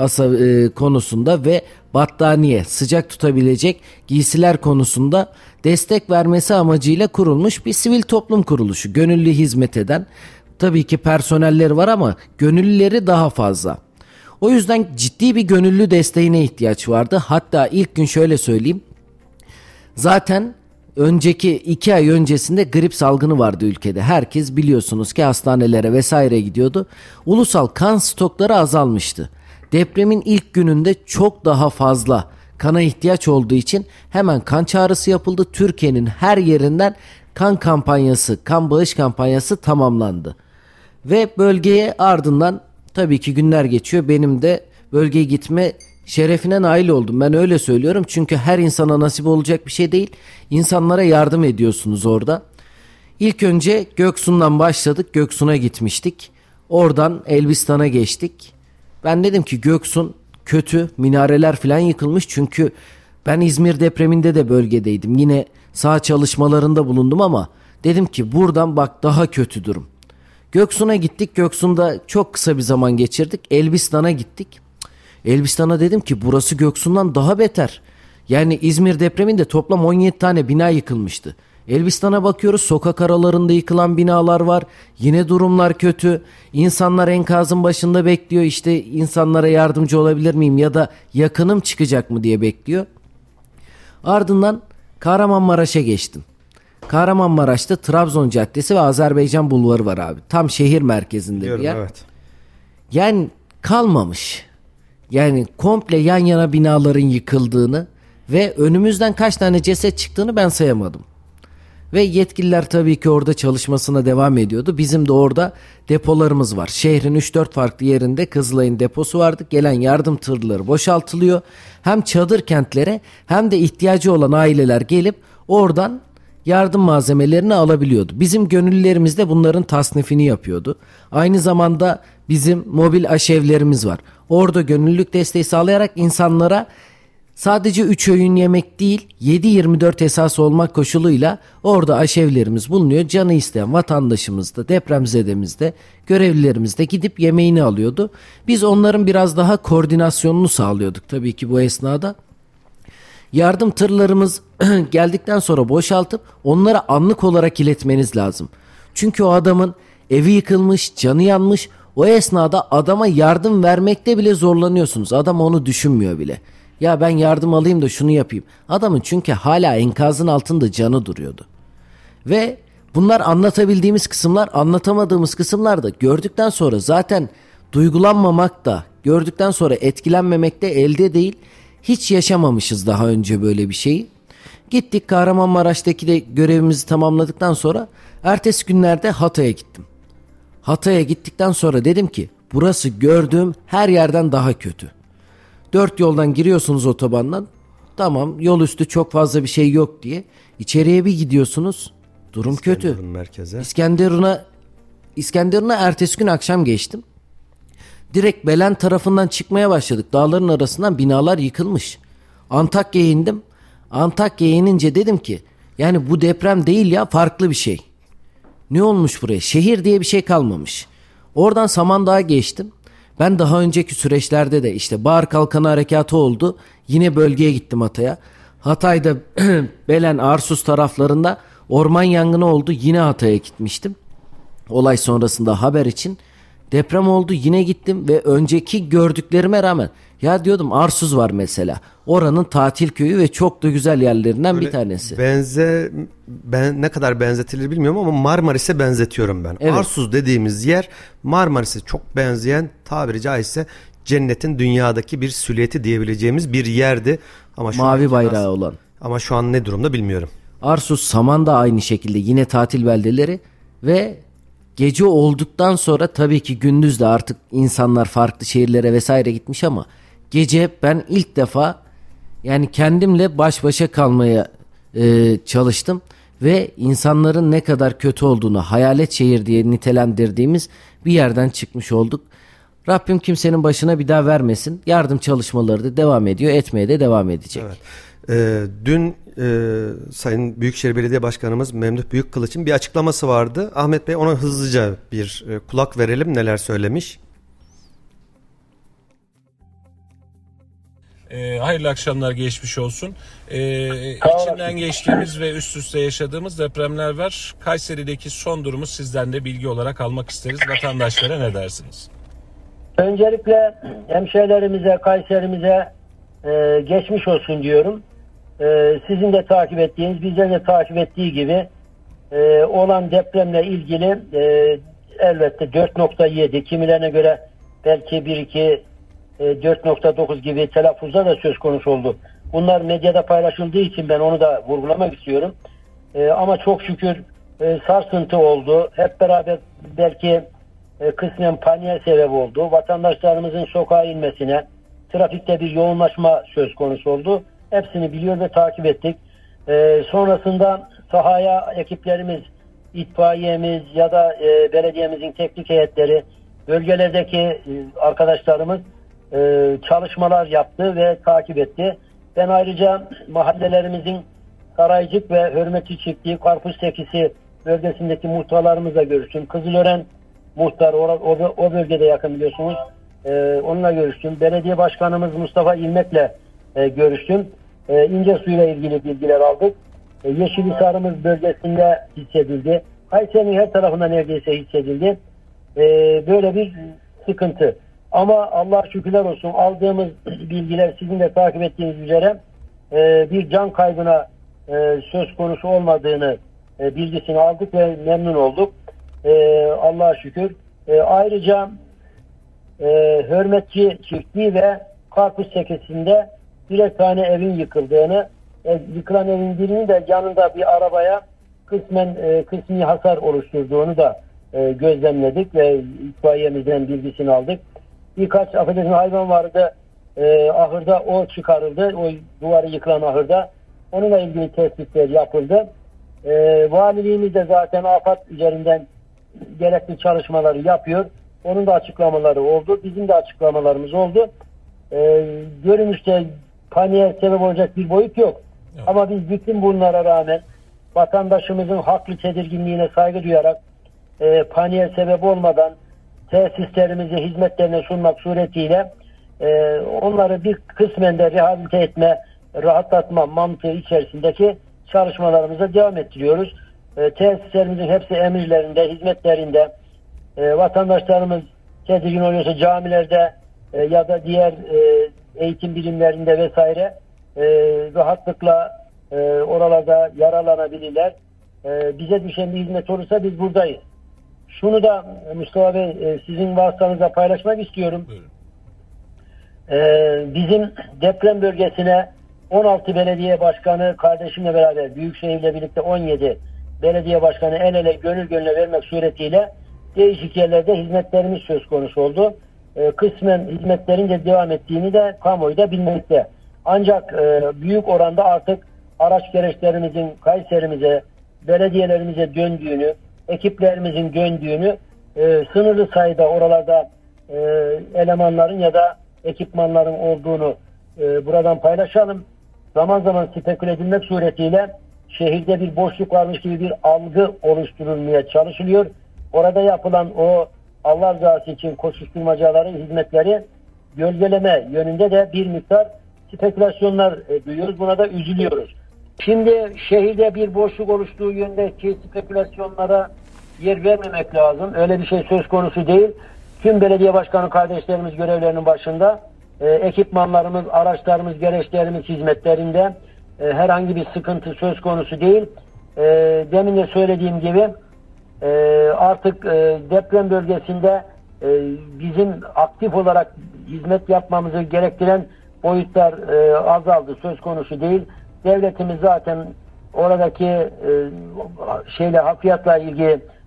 E: konusunda ve battaniye, sıcak tutabilecek giysiler konusunda destek vermesi amacıyla kurulmuş bir sivil toplum kuruluşu. Gönüllü hizmet eden, tabii ki personelleri var ama gönüllüleri daha fazla. O yüzden ciddi bir gönüllü desteğine ihtiyaç vardı. Hatta ilk gün şöyle söyleyeyim. Zaten önceki iki ay öncesinde grip salgını vardı ülkede. Herkes biliyorsunuz ki hastanelere vesaire gidiyordu. Ulusal kan stokları azalmıştı. Depremin ilk gününde çok daha fazla kana ihtiyaç olduğu için hemen kan çağrısı yapıldı. Türkiye'nin her yerinden kan kampanyası, kan bağış kampanyası tamamlandı. Ve bölgeye ardından tabii ki günler geçiyor. Benim de bölgeye gitme şerefine nail oldum. Ben öyle söylüyorum. Çünkü her insana nasip olacak bir şey değil. İnsanlara yardım ediyorsunuz orada. İlk önce Göksu'ndan başladık. Göksu'na gitmiştik. Oradan Elbistan'a geçtik. Ben dedim ki Göksun kötü. Minareler falan yıkılmış. Çünkü ben İzmir depreminde de bölgedeydim. Yine saha çalışmalarında bulundum ama dedim ki buradan bak daha kötü durum. Göksu'na gittik. Göksu'nda çok kısa bir zaman geçirdik. Elbistan'a gittik. Elbistan'a dedim ki burası Göksu'ndan daha beter. Yani İzmir depreminde toplam on yedi tane bina yıkılmıştı. Elbistan'a bakıyoruz, sokak aralarında yıkılan binalar var. Yine durumlar kötü. İnsanlar enkazın başında bekliyor. İşte insanlara yardımcı olabilir miyim ya da yakınım çıkacak mı diye bekliyor. Ardından Kahramanmaraş'a geçtim. Kahramanmaraş'ta Trabzon Caddesi ve Azerbaycan Bulvarı var abi. Tam şehir merkezinde
D: Biliyorum,
E: bir yer.
D: evet.
E: Yani kalmamış. Yani komple yan yana binaların yıkıldığını ve önümüzden kaç tane ceset çıktığını ben sayamadım. Ve yetkililer tabii ki orada çalışmasına devam ediyordu. Bizim de orada depolarımız var. Şehrin üç dört farklı yerinde Kızılay'ın deposu vardı. Gelen yardım tırları boşaltılıyor. Hem çadır kentlere hem de ihtiyacı olan aileler gelip oradan yardım malzemelerini alabiliyordu. Bizim gönüllülerimiz de bunların tasnifini yapıyordu. Aynı zamanda bizim mobil aşevlerimiz var. Orada gönüllülük desteği sağlayarak insanlara sadece üç öğün yemek değil yedi yirmi dört esas olmak koşuluyla orada aşevlerimiz bulunuyor. Canı isteyen vatandaşımız da depremzedemiz de görevlilerimiz de gidip yemeğini alıyordu. Biz onların biraz daha koordinasyonunu sağlıyorduk tabii ki bu esnada. Yardım tırlarımız geldikten sonra boşaltıp onlara anlık olarak iletmeniz lazım. Çünkü o adamın evi yıkılmış, canı yanmış. O esnada adama yardım vermekte bile zorlanıyorsunuz. Adam onu düşünmüyor bile. Ya ben yardım alayım da şunu yapayım. Adamın çünkü hala enkazın altında canı duruyordu. Ve bunlar anlatabildiğimiz kısımlar, anlatamadığımız kısımlar da gördükten sonra zaten duygulanmamak da, gördükten sonra etkilenmemek de elde değil. Hiç yaşamamışız daha önce böyle bir şeyi. Gittik Kahramanmaraş'taki de görevimizi tamamladıktan sonra ertesi günlerde Hatay'a gittim. Hatay'a gittikten sonra dedim ki burası gördüğüm her yerden daha kötü. Dört yoldan giriyorsunuz otobandan. Tamam, yol üstü çok fazla bir şey yok diye. İçeriye bir gidiyorsunuz. Durum kötü.
D: İskenderun merkeze.
E: İskenderun'a İskenderun'a ertesi gün akşam geçtim. Direkt Belen tarafından çıkmaya başladık. Dağların arasından binalar yıkılmış. Antakya'ya indim. Antakya'ya inince dedim ki yani bu deprem değil ya, farklı bir şey. Ne olmuş buraya? Şehir diye bir şey kalmamış. Oradan Samandağ'a geçtim. Ben daha önceki süreçlerde de işte Bağır Kalkanı harekatı oldu. Yine bölgeye gittim Hatay'a. Hatay'da Belen, Arsus taraflarında orman yangını oldu. Yine Hatay'a gitmiştim. Olay sonrasında haber için. Deprem oldu, yine gittim ve önceki gördüklerime rağmen ya diyordum Arsuz var mesela. Oranın tatil köyü ve çok da güzel yerlerinden
D: Böyle
E: bir tanesi.
D: Benze ben ne kadar benzetilir bilmiyorum ama Marmaris'e benzetiyorum ben.
E: Evet.
D: Arsuz dediğimiz yer Marmaris'e çok benzeyen, tabiri caizse cennetin dünyadaki bir süliyeti diyebileceğimiz bir yerdi. Ama şu
E: Mavi
D: an
E: bayrağı
D: biraz,
E: olan.
D: Ama şu an ne durumda bilmiyorum.
E: Arsus, Saman da aynı şekilde yine tatil beldeleri ve gece olduktan sonra tabii ki gündüz de artık insanlar farklı şehirlere vesaire gitmiş ama gece ben ilk defa yani kendimle baş başa kalmaya e, çalıştım ve insanların ne kadar kötü olduğunu hayalet şehir diye nitelendirdiğimiz bir yerden çıkmış olduk. Rabbim kimsenin başına bir daha vermesin. Yardım çalışmaları da devam ediyor, etmeye de devam edecek.
D: Evet. Ee, dün e, Sayın Büyükşehir Belediye Başkanımız Memduh Büyükkılıç'ın bir açıklaması vardı. Ahmet Bey ona hızlıca bir e, kulak verelim, neler söylemiş.
C: Ee, hayırlı akşamlar, geçmiş olsun. Ee, içinden geçtiğimiz ve üst üste yaşadığımız depremler var. Kayseri'deki son durumu sizden de bilgi olarak almak isteriz. Vatandaşlara ne dersiniz?
G: Öncelikle hemşehrilerimize, Kayserimize e, geçmiş olsun diyorum. E, sizin de takip ettiğiniz, bizden de takip ettiği gibi e, olan depremle ilgili e, elbette dört nokta yedi, kimilerine göre belki bir iki e, dört nokta dokuz gibi telaffuzlar da söz konusu oldu. Bunlar medyada paylaşıldığı için ben onu da vurgulamak istiyorum. E, ama çok şükür e, sarsıntı oldu. Hep beraber belki e, kısmen paniğe sebep oldu. Vatandaşlarımızın sokağa inmesine, trafikte bir yoğunlaşma söz konusu oldu. Hepsini biliyor ve takip ettik. E, sonrasında sahaya ekiplerimiz, itfaiyemiz ya da e, belediyemizin teknik heyetleri, bölgelerdeki e, arkadaşlarımız e, çalışmalar yaptı ve takip etti. Ben ayrıca mahallelerimizin Saraycık ve Hürmetçi Çiftliği, Karpuz Tekisi bölgesindeki muhtarlarımızla görüştüm. Kızılören muhtar o, o, o bölgede yakın biliyorsunuz. Ee, onunla görüştüm. Belediye Başkanımız Mustafa İlmek'le e, görüştüm. E, İncesu ile ilgili bilgiler aldık. E, Yeşilhisar'ımız bölgesinde hissedildi. Kayseri'nin her tarafında neredeyse hissedildi. E, böyle bir sıkıntı. Ama Allah'a şükürler olsun aldığımız bilgiler sizin de takip ettiğiniz üzere e, bir can kaybına e, söz konusu olmadığını e, bilgisini aldık ve memnun olduk. E, Allah'a şükür. E, ayrıca e, Hürmetçi Çiftliği ve Karpuz Tekisi'nde birer tane evin yıkıldığını, e, yıkılan evin birini de yanında bir arabaya kısmen e, kısmi hasar oluşturduğunu da e, gözlemledik ve itfaiyemizden bilgisini aldık. Birkaç affedersin hayvan vardı e, ahırda, o çıkarıldı. O duvarı yıkılan ahırda. Onunla ilgili tespitler yapıldı. E, valiliğimiz de zaten afet üzerinden gerekli çalışmaları yapıyor. Onun da açıklamaları oldu. Bizim de açıklamalarımız oldu. E, görünüşte paniğe sebep olacak bir boyut yok. Evet. Ama biz bütün bunlara rağmen vatandaşımızın haklı tedirginliğine saygı duyarak e, paniğe sebep olmadan tesislerimizi hizmetlerine sunmak suretiyle e, onları bir kısmen de rehabilite etme, rahatlatma mantığı içerisindeki çalışmalarımıza devam ettiriyoruz. E, tesislerimizin hepsi emirlerinde, hizmetlerinde. E, vatandaşlarımız tedirgin oluyorsa camilerde e, ya da diğer e, eğitim birimlerinde vesaire e, rahatlıkla e, oralarda yararlanabilirler. E, bize düşen bir hizmet olursa biz buradayız. Şunu da Mustafa Bey e, sizin vasıtanızla paylaşmak istiyorum. E, bizim deprem bölgesine on altı belediye başkanı kardeşimle beraber Büyükşehir'le birlikte on yedi belediye başkanı el ele gönül gönüle vermek suretiyle değişik yerlerde hizmetlerimiz söz konusu oldu. E, kısmen hizmetlerin de devam ettiğini de kamuoyu da bilmekte. Ancak e, büyük oranda artık araç gereçlerimizin Kayserimize, belediyelerimize döndüğünü, ekiplerimizin döndüğünü, e, sınırlı sayıda oralarda e, elemanların ya da ekipmanların olduğunu e, buradan paylaşalım. Zaman zaman speküle edilmek suretiyle şehirde bir boşluk varmış gibi bir algı oluşturulmaya çalışılıyor. Orada yapılan o Allah rızası için koşuşturmacaları, hizmetleri gölgeleme yönünde de bir miktar spekülasyonlar e, duyuyoruz. Buna da üzülüyoruz. Şimdi şehirde bir boşluk oluştuğu yöndeki spekülasyonlara yer vermemek lazım. Öyle bir şey söz konusu değil. Tüm belediye başkanı kardeşlerimiz görevlerinin başında. E, ekipmanlarımız, araçlarımız, gereçlerimiz hizmetlerinde e, herhangi bir sıkıntı söz konusu değil. E, demin de söylediğim gibi e, artık e, deprem bölgesinde e, bizim aktif olarak hizmet yapmamızı gerektiren boyutlar e, azaldı. Söz konusu değil. Devletimiz zaten oradaki e, şeyle hafriyatla ilgili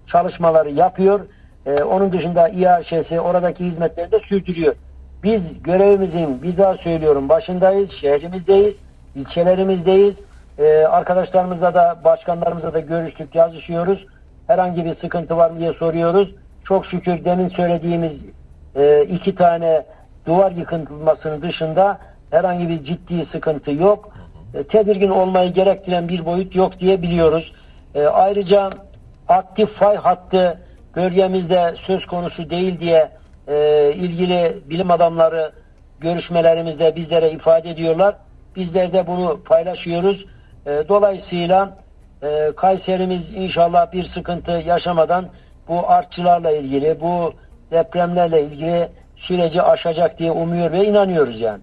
G: çalışmaları yapıyor. Ee, onun dışında İHŞ'si oradaki hizmetleri de sürdürüyor. Biz görevimizin, bir daha söylüyorum, başındayız, şehrimizdeyiz, ilçelerimizdeyiz. Ee, arkadaşlarımızla da, başkanlarımızla da görüştük, yazışıyoruz. Herhangi bir sıkıntı var mı diye soruyoruz. Çok şükür demin söylediğimiz e, iki tane duvar yıkılmasının dışında herhangi bir ciddi sıkıntı yok. E, tedirgin olmayı gerektiren bir boyut yok diye biliyoruz. E, ayrıca aktif fay hattı bölgemizde söz konusu değil diye e, ilgili bilim adamları görüşmelerimizde bizlere ifade ediyorlar. Bizler de bunu paylaşıyoruz. E, dolayısıyla e, Kayserimiz inşallah bir sıkıntı yaşamadan bu artçılarla ilgili, bu depremlerle ilgili süreci aşacak diye umuyor ve inanıyoruz yani.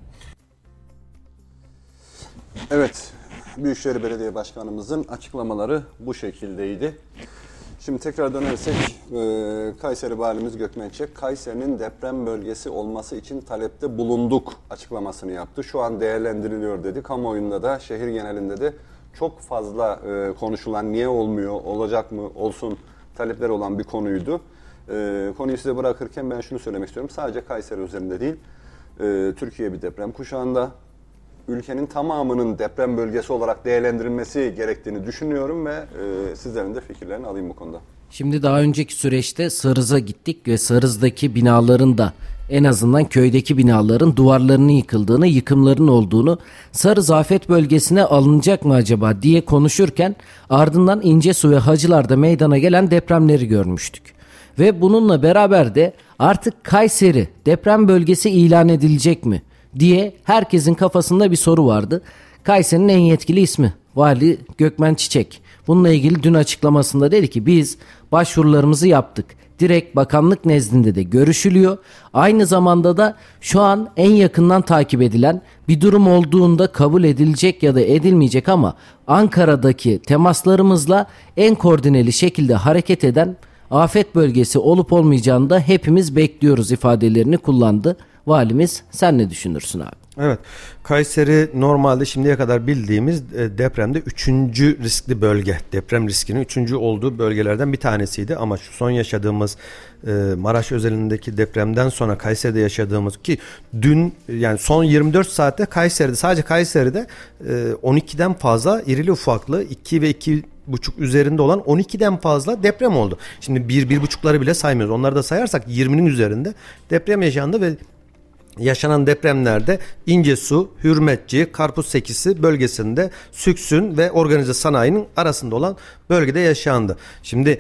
F: Evet, Büyükşehir Belediye Başkanımızın açıklamaları bu şekildeydi. Şimdi tekrar dönersek e, Kayseri Valimiz Gökmen Çiçek, Kayseri'nin deprem bölgesi olması için talepte bulunduk açıklamasını yaptı. Şu an değerlendiriliyor dedi. Kamuoyunda da şehir genelinde de çok fazla e, konuşulan, niye olmuyor, olacak mı, olsun talepler olan bir konuydu. E, konuyu size bırakırken ben şunu söylemek istiyorum. Sadece Kayseri üzerinde değil, e, Türkiye bir deprem kuşağında. Ülkenin tamamının deprem bölgesi olarak değerlendirilmesi gerektiğini düşünüyorum ve e, sizlerin de fikirlerini alayım bu konuda.
E: Şimdi daha önceki süreçte Sarız'a gittik ve Sarız'daki binaların da en azından köydeki binaların duvarlarının yıkıldığını, yıkımların olduğunu, Sarız afet bölgesine alınacak mı acaba diye konuşurken ardından İncesu ve Hacılar'da meydana gelen depremleri görmüştük. Ve bununla beraber de artık Kayseri deprem bölgesi ilan edilecek mi diye herkesin kafasında bir soru vardı. Kayseri'nin en yetkili ismi Vali Gökmen Çiçek. Bununla ilgili dün açıklamasında dedi ki biz başvurularımızı yaptık. Direkt bakanlık nezdinde de görüşülüyor. Aynı zamanda da şu an en yakından takip edilen bir durum olduğunda kabul edilecek ya da edilmeyecek ama Ankara'daki temaslarımızla en koordineli şekilde hareket eden afet bölgesi olup olmayacağını da hepimiz bekliyoruz ifadelerini kullandı. Valimiz, sen ne düşünürsün abi?
D: Evet, Kayseri normalde şimdiye kadar bildiğimiz depremde üçüncü riskli bölge. Deprem riskinin üçüncü olduğu bölgelerden bir tanesiydi. Ama şu son yaşadığımız Maraş özelindeki depremden sonra Kayseri'de yaşadığımız, ki dün yani son yirmi dört saatte Kayseri'de, sadece Kayseri'de on ikiden fazla irili ufaklı, iki ve iki buçuk üzerinde olan on ikiden fazla deprem oldu. Şimdi bir, bir buçukları bile saymıyoruz. Onları da sayarsak yirminin üzerinde deprem yaşandı ve yaşanan depremlerde İncesu, Hürmetçi, Karpuzsekisi bölgesinde, Süksün ve organize sanayinin arasında olan bölgede yaşandı. Şimdi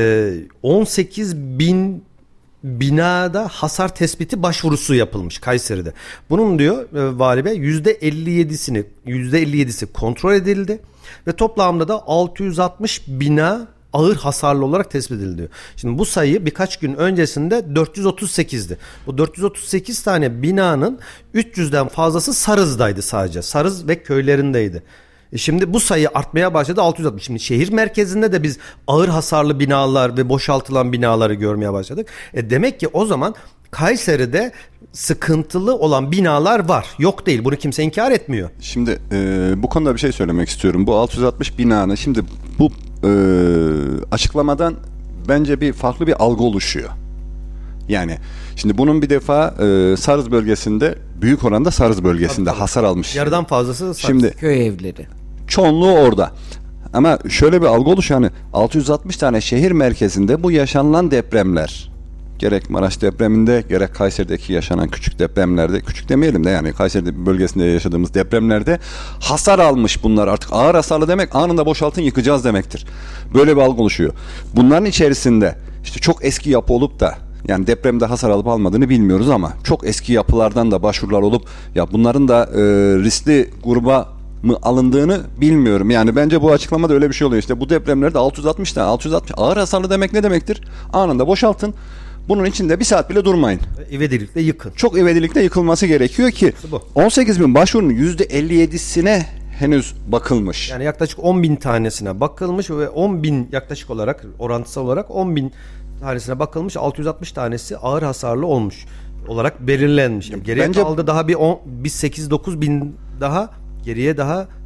D: on sekiz bin binada hasar tespiti başvurusu yapılmış Kayseri'de. Bunun diyor Vali Bey yüzde elli yedisini yüzde elli yedisi kontrol edildi ve toplamda da altı yüz altmış bina ağır hasarlı olarak tespit edildi. Şimdi bu sayı birkaç gün öncesinde dört yüz otuz sekizdi. Bu dört yüz otuz sekiz tane binanın üç yüzden fazlası Sarız'daydı sadece. Sarız ve köylerindeydi. E şimdi bu sayı artmaya başladı, altı yüz altmış. Şimdi şehir merkezinde de biz ağır hasarlı binalar ve boşaltılan binaları görmeye başladık. E demek ki o zaman Kayseri'de sıkıntılı olan binalar var. Yok değil. Bunu kimse inkar etmiyor.
F: Şimdi e, bu konuda bir şey söylemek istiyorum. Bu altı yüz altmış binanın, şimdi bu e, açıklamadan bence bir farklı bir algı oluşuyor. Yani şimdi bunun bir defa e, Sarız bölgesinde, büyük oranda Sarız bölgesinde tabii, tabii. hasar almış.
D: Yarıdan fazlası Sarız.
F: Şimdi
E: köy evleri.
F: Çoğunluğu orada. Ama şöyle bir algı oluşuyor, hani altı yüz altmış tane şehir merkezinde bu yaşanılan depremler, gerek Maraş depreminde, gerek Kayseri'deki yaşanan küçük depremlerde, küçük demeyelim de yani Kayseri bölgesinde yaşadığımız depremlerde hasar almış bunlar. Artık ağır hasarlı demek anında boşaltın yıkacağız demektir. Böyle bir algı oluşuyor. Bunların içerisinde işte çok eski yapı olup da, yani depremde hasar alıp almadığını bilmiyoruz ama çok eski yapılardan da başvurular olup ya bunların da e, riskli gruba mı alındığını bilmiyorum. Yani bence bu açıklamada öyle bir şey oluyor. İşte bu depremlerde altı yüz altmış tane, altı yüz altmış ağır hasarlı demek ne demektir? Anında boşaltın. Bunun içinde bir saat bile durmayın.
D: İvedilikle yıkın.
F: Çok ivedilikle yıkılması gerekiyor ki on sekiz bin başvurunun yüzde elli yedisine henüz bakılmış.
D: Yani yaklaşık on bin tanesine bakılmış ve on bin yaklaşık olarak, orantısal olarak on bin tanesine bakılmış, altı yüz altmış tanesi ağır hasarlı olmuş olarak belirlenmiş. Geriye
F: Bence,
D: kaldı daha bir, on, bir sekiz dokuz bin daha, geriye daha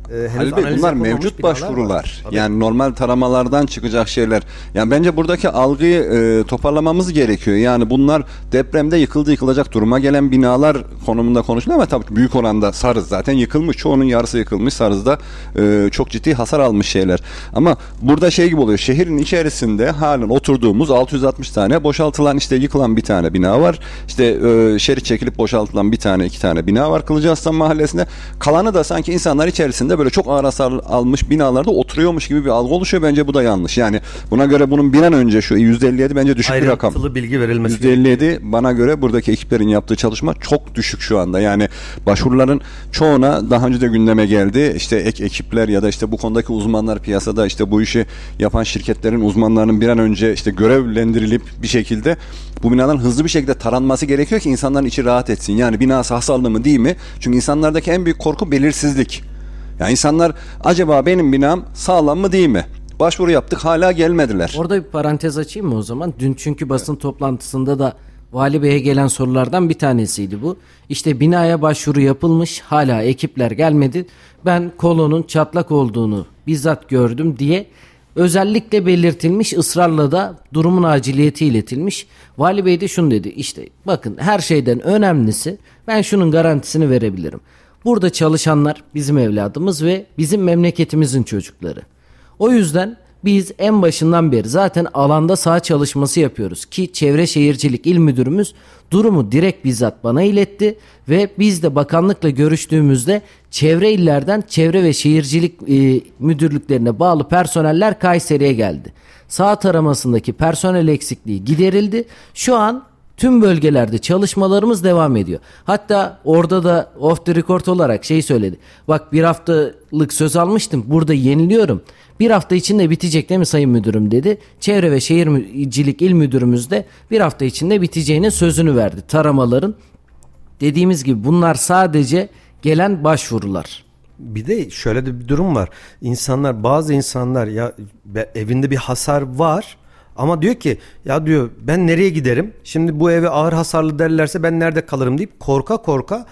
D: e, henüz
F: Halil Bey,
D: analiz
F: bunlar
D: yapılmamış
F: mevcut
D: binalar
F: başvurular.
D: var. Tabii.
F: Yani normal taramalardan çıkacak şeyler. Yani bence buradaki algıyı e, toparlamamız gerekiyor. Yani bunlar depremde yıkıldı yıkılacak duruma gelen binalar konumunda konuşuluyor ama tabii büyük oranda Sarız zaten yıkılmış. Çoğunun yarısı yıkılmış. Sarız'da e, çok ciddi hasar almış şeyler. Ama burada şey gibi oluyor. Şehrin içerisinde halen oturduğumuz altı yüz altmış tane boşaltılan, işte yıkılan bir tane bina var. İşte e, şerit çekilip boşaltılan bir tane iki tane bina var Kılıcıarslan Mahallesi'nde. Kalanı da sanki insanlar içerisinde böyle çok ağır hasar almış binalarda oturuyormuş gibi bir algı oluşuyor. Bence bu da yanlış. Yani buna göre bunun bir an önce şu yüzde elli yedi bence düşük bir rakam.
D: Ayrıntılı bilgi verilmesi
F: yüzde elli yedi bana göre buradaki ekiplerin yaptığı çalışma çok düşük şu anda. Yani başvuruların çoğuna daha önce de gündeme geldi. İşte ek ekipler ya da işte bu konudaki uzmanlar, piyasada işte bu işi yapan şirketlerin uzmanlarının bir an önce işte görevlendirilip bir şekilde bu binaların hızlı bir şekilde taranması gerekiyor ki insanların içi rahat etsin. Yani bina hasarlı mı değil mi? Çünkü insanlardaki en büyük korku belirsizlik. Yani insanlar acaba benim binam sağlam mı değil mi? Başvuru yaptık, hala gelmediler.
E: Orada bir parantez açayım mı o zaman? Dün çünkü basın toplantısında da Vali Bey'e gelen sorulardan bir tanesiydi bu. İşte binaya başvuru yapılmış, hala ekipler gelmedi. Ben kolonun çatlak olduğunu bizzat gördüm diye özellikle belirtilmiş, ısrarla da durumun aciliyeti iletilmiş. Vali Bey de şunu dedi: işte bakın, her şeyden önemlisi, ben şunun garantisini verebilirim. Burada çalışanlar bizim evladımız ve bizim memleketimizin çocukları. O yüzden biz en başından beri zaten alanda saha çalışması yapıyoruz ki Çevre Şehircilik İl Müdürümüz durumu direkt bizzat bana iletti ve biz de bakanlıkla görüştüğümüzde çevre illerden çevre ve şehircilik e, müdürlüklerine bağlı personeller Kayseri'ye geldi. Saha taramasındaki personel eksikliği giderildi. Şu an tüm bölgelerde çalışmalarımız devam ediyor. Hatta orada da off the record olarak şey söyledi. Bak, bir haftalık söz almıştım, burada yeniliyorum. Bir hafta içinde bitecek değil mi Sayın Müdürüm dedi. Çevre ve Şehircilik İl Müdürümüz de bir hafta içinde biteceğinin sözünü verdi taramaların. Dediğimiz gibi bunlar sadece gelen başvurular.
D: Bir de şöyle de bir durum var. İnsanlar, bazı insanlar ya evinde bir hasar var ama diyor ki ya diyor ben nereye giderim? Şimdi bu eve ağır hasarlı derlerse ben nerede kalırım deyip korka korka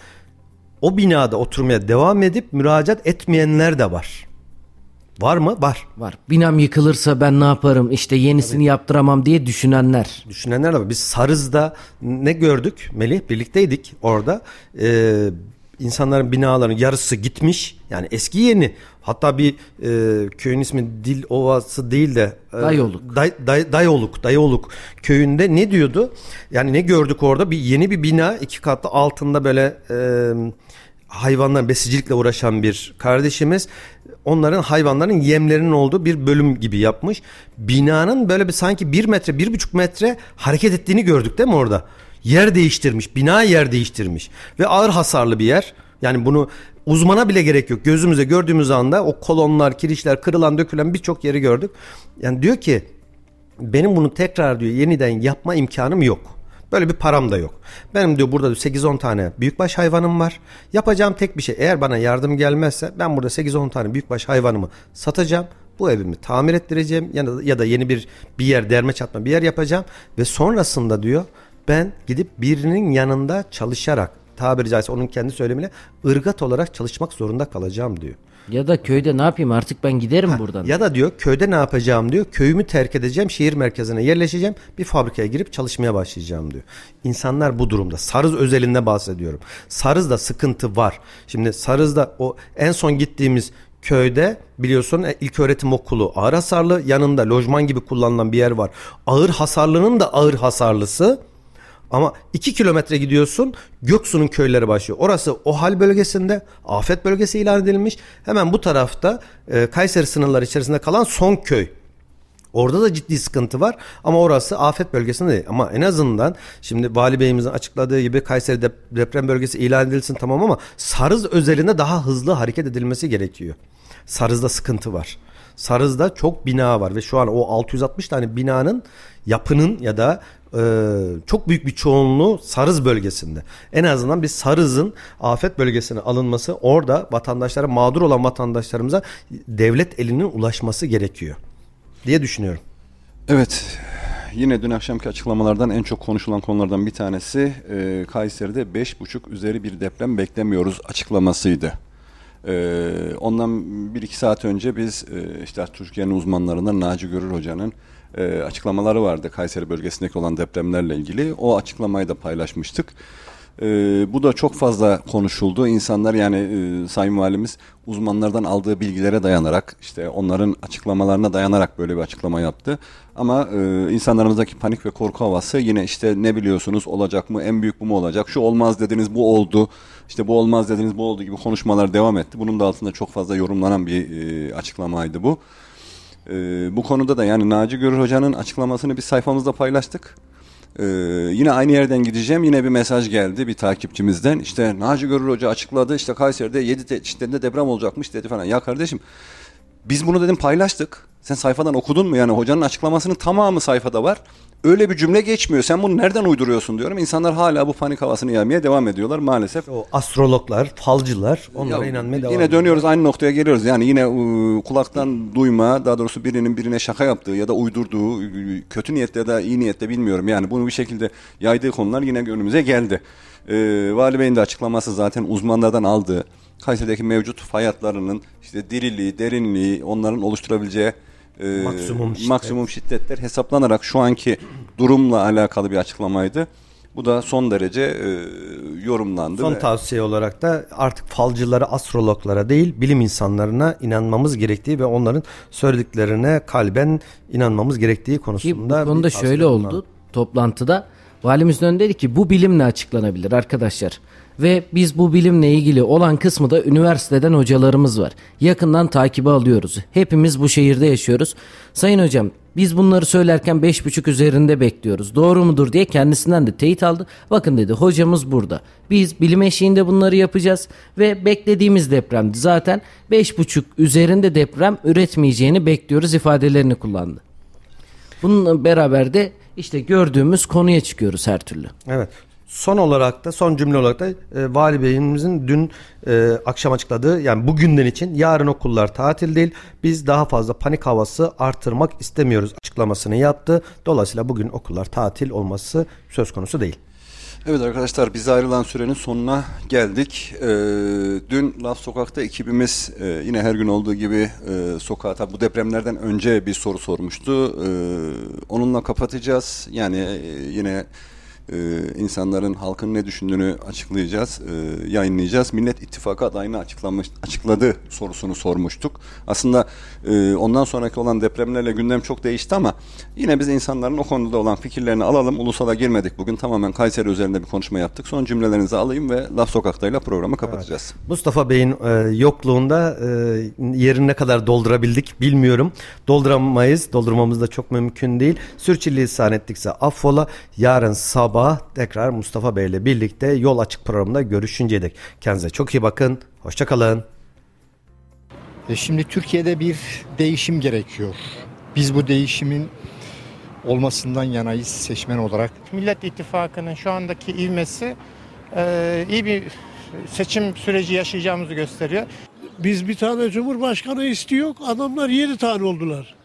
D: o binada oturmaya devam edip müracaat etmeyenler de var. Var mı? Var.
E: Var. Binam yıkılırsa ben ne yaparım? İşte yenisini Tabii. yaptıramam diye düşünenler.
D: Düşünenler de var. Biz Sarız'da ne gördük? Melih, birlikteydik orada. Ee, insanların binaların yarısı gitmiş. Yani eski yeni. Hatta bir e, köyün ismi Dil Ovası değil de e,
E: Dayoluk.
D: Day, Day, Dayoluk. Dayoluk köyünde ne diyordu? Yani ne gördük orada? Bir yeni bir bina, iki katlı, altında böyle e, hayvanlar, besicilikle uğraşan bir kardeşimiz onların hayvanların yemlerinin olduğu bir bölüm gibi yapmış. Binanın böyle bir sanki bir metre, bir buçuk metre hareket ettiğini gördük değil mi orada? Yer değiştirmiş, bina yer değiştirmiş ve ağır hasarlı bir yer. Yani bunu uzmana bile gerek yok. Gözümüze gördüğümüz anda o kolonlar, kirişler, kırılan, dökülen birçok yeri gördük. Yani diyor ki benim bunu tekrar diyor yeniden yapma imkanım yok. Böyle bir param da yok. Benim diyor burada sekiz on tane büyükbaş hayvanım var. Yapacağım tek bir şey, eğer bana yardım gelmezse ben burada sekiz on tane büyükbaş hayvanımı satacağım. Bu evimi tamir ettireceğim ya da, ya da yeni bir bir yer, derme çatma bir yer yapacağım. Ve sonrasında diyor ben gidip birinin yanında çalışarak, tabiri caizse onun kendi söylemiyle, ırgat olarak çalışmak zorunda kalacağım diyor.
E: Ya da köyde ne yapayım, artık ben giderim
D: ha,
E: buradan.
D: Ya da diyor köyde ne yapacağım diyor. Köyümü terk edeceğim, şehir merkezine yerleşeceğim, bir fabrikaya girip çalışmaya başlayacağım diyor. İnsanlar bu durumda. Sarız özelinde bahsediyorum. Sarız'da sıkıntı var. Şimdi Sarız'da o en son gittiğimiz köyde biliyorsun ilköğretim okulu ağır hasarlı, yanında lojman gibi kullanılan bir yer var. Ağır hasarlının da ağır hasarlısı. Ama iki kilometre gidiyorsun, Göksu'nun köyleri başlıyor. Orası OHAL bölgesinde, afet bölgesi ilan edilmiş. Hemen bu tarafta e, Kayseri sınırları içerisinde kalan son köy. Orada da ciddi sıkıntı var ama orası afet bölgesinde değil. Ama en azından şimdi Vali Bey'imizin açıkladığı gibi Kayseri deprem bölgesi ilan edilsin tamam, ama Sarız özelinde daha hızlı hareket edilmesi gerekiyor. Sarız'da sıkıntı var. Sarız'da çok bina var ve şu an o altı yüz altmış tane binanın yapının ya da e, çok büyük bir çoğunluğu Sarız bölgesinde. En azından bir Sarız'ın afet bölgesine alınması, orada vatandaşlara, mağdur olan vatandaşlarımıza devlet elinin ulaşması gerekiyor diye düşünüyorum.
F: Evet. Yine dün akşamki açıklamalardan en çok konuşulan konulardan bir tanesi e, Kayseri'de beş buçuk üzeri bir deprem beklemiyoruz açıklamasıydı. Ee, ondan bir iki saat önce biz e, işte Türkiye'nin uzmanlarından Naci Görür Hoca'nın e, açıklamaları vardı Kayseri bölgesindeki olan depremlerle ilgili. O açıklamayı da paylaşmıştık. Ee, bu da çok fazla konuşuldu. İnsanlar yani e, Sayın Valimiz uzmanlardan aldığı bilgilere dayanarak işte onların açıklamalarına dayanarak böyle bir açıklama yaptı. Ama e, insanlarımızdaki panik ve korku havası yine işte ne biliyorsunuz olacak mı, en büyük bu mu olacak, şu olmaz dediniz bu oldu, işte bu olmaz dediniz bu oldu gibi konuşmalar devam etti. Bunun da altında çok fazla yorumlanan bir e, açıklamaydı bu. E, bu konuda da yani Naci Görür Hoca'nın açıklamasını biz sayfamızda paylaştık. Ee, yine aynı yerden gideceğim. Yine bir mesaj geldi bir takipçimizden. İşte Naci Görür Hoca açıkladı. İşte Kayseri'de yedi şiddetinde deprem olacakmış dedi falan. Ya kardeşim biz bunu dedim paylaştık. Sen sayfadan okudun mu? Yani hocanın açıklamasının tamamı sayfada var. Öyle bir cümle geçmiyor. Sen bunu nereden uyduruyorsun diyorum. İnsanlar hala bu panik havasını yaymaya devam ediyorlar maalesef.
D: O astrologlar, falcılar onlara
F: Ya,
D: inanmaya devam
F: Yine
D: ediyor.
F: dönüyoruz aynı noktaya geliyoruz. Yani yine e, kulaktan duyma, daha doğrusu birinin birine şaka yaptığı ya da uydurduğu, e, kötü niyetle ya da iyi niyetle bilmiyorum. Yani bunu bir şekilde yaydığı konular yine önümüze geldi. E, Vali Bey'in de açıklaması zaten uzmanlardan aldığı Kayseri'deki mevcut fay hatlarının işte diriliği, derinliği, onların oluşturabileceği e,
D: Maksimum şiddet.
F: maksimum şiddetler hesaplanarak şu anki durumla alakalı bir açıklamaydı. Bu da son derece e, yorumlandı.
D: Son
F: ve
D: tavsiye olarak da artık falcılara, astrologlara değil bilim insanlarına inanmamız gerektiği ve onların söylediklerine kalben inanmamız gerektiği
E: Ki bu
D: konusunda
E: konuda
D: bir tavsiye
E: şöyle
D: bulunalım.
E: oldu toplantıda. Valimiz döndü dedi ki bu bilimle açıklanabilir arkadaşlar. Ve biz bu bilimle ilgili olan kısmı da üniversiteden hocalarımız var. Yakından takibi alıyoruz. Hepimiz bu şehirde yaşıyoruz. Sayın hocam biz bunları söylerken beş buçuk üzerinde bekliyoruz. Doğru mudur diye kendisinden de teyit aldı. Bakın dedi hocamız burada. Biz bilim eşiğinde bunları yapacağız. Ve beklediğimiz depremdi. Zaten beş buçuk üzerinde deprem üretmeyeceğini bekliyoruz ifadelerini kullandı. Bununla beraber de işte gördüğümüz konuya çıkıyoruz her türlü.
D: Evet. Son olarak da son cümle olarak da e, Vali Bey'imizin dün e, akşam açıkladığı yani bugünden için yarın okullar tatil değil. Biz daha fazla panik havası artırmak istemiyoruz açıklamasını yaptı. Dolayısıyla bugün okullar tatil olması söz konusu değil.
F: Evet arkadaşlar bize ayrılan sürenin sonuna geldik. Ee, dün Laf Sokak'ta ekibimiz e, yine her gün olduğu gibi e, sokağa tabi bu depremlerden önce bir soru sormuştu. Ee, onunla kapatacağız. Yani e, yine e, insanların halkın ne düşündüğünü açıklayacağız, e, yayınlayacağız. Millet İttifakı adayını açıklamış, açıkladı sorusunu sormuştuk. Aslında e, ondan sonraki olan depremlerle gündem çok değişti ama yine biz insanların o konuda olan fikirlerini alalım. Ulusala girmedik. Bugün tamamen Kayseri üzerinde bir konuşma yaptık. Son cümlelerinizi alayım ve Laf Sokak'tayla programı kapatacağız. Evet.
D: Mustafa Bey'in e, yokluğunda e, yerini ne kadar doldurabildik bilmiyorum. Dolduramayız. Doldurmamız da çok mümkün değil. Sürçülisan ettikse affola. Yarın sabah tekrar Mustafa Bey'le birlikte Yol Açık programında görüşünceye dek. Kendinize çok iyi bakın. Hoşça kalın.
H: E şimdi Türkiye'de bir değişim gerekiyor. Biz bu değişimin olmasından yanayız seçmen olarak.
I: Millet İttifakı'nın şu andaki ivmesi e, iyi bir seçim süreci yaşayacağımızı gösteriyor.
J: Biz bir tane Cumhurbaşkanı istiyor, adamlar yedi tane oldular.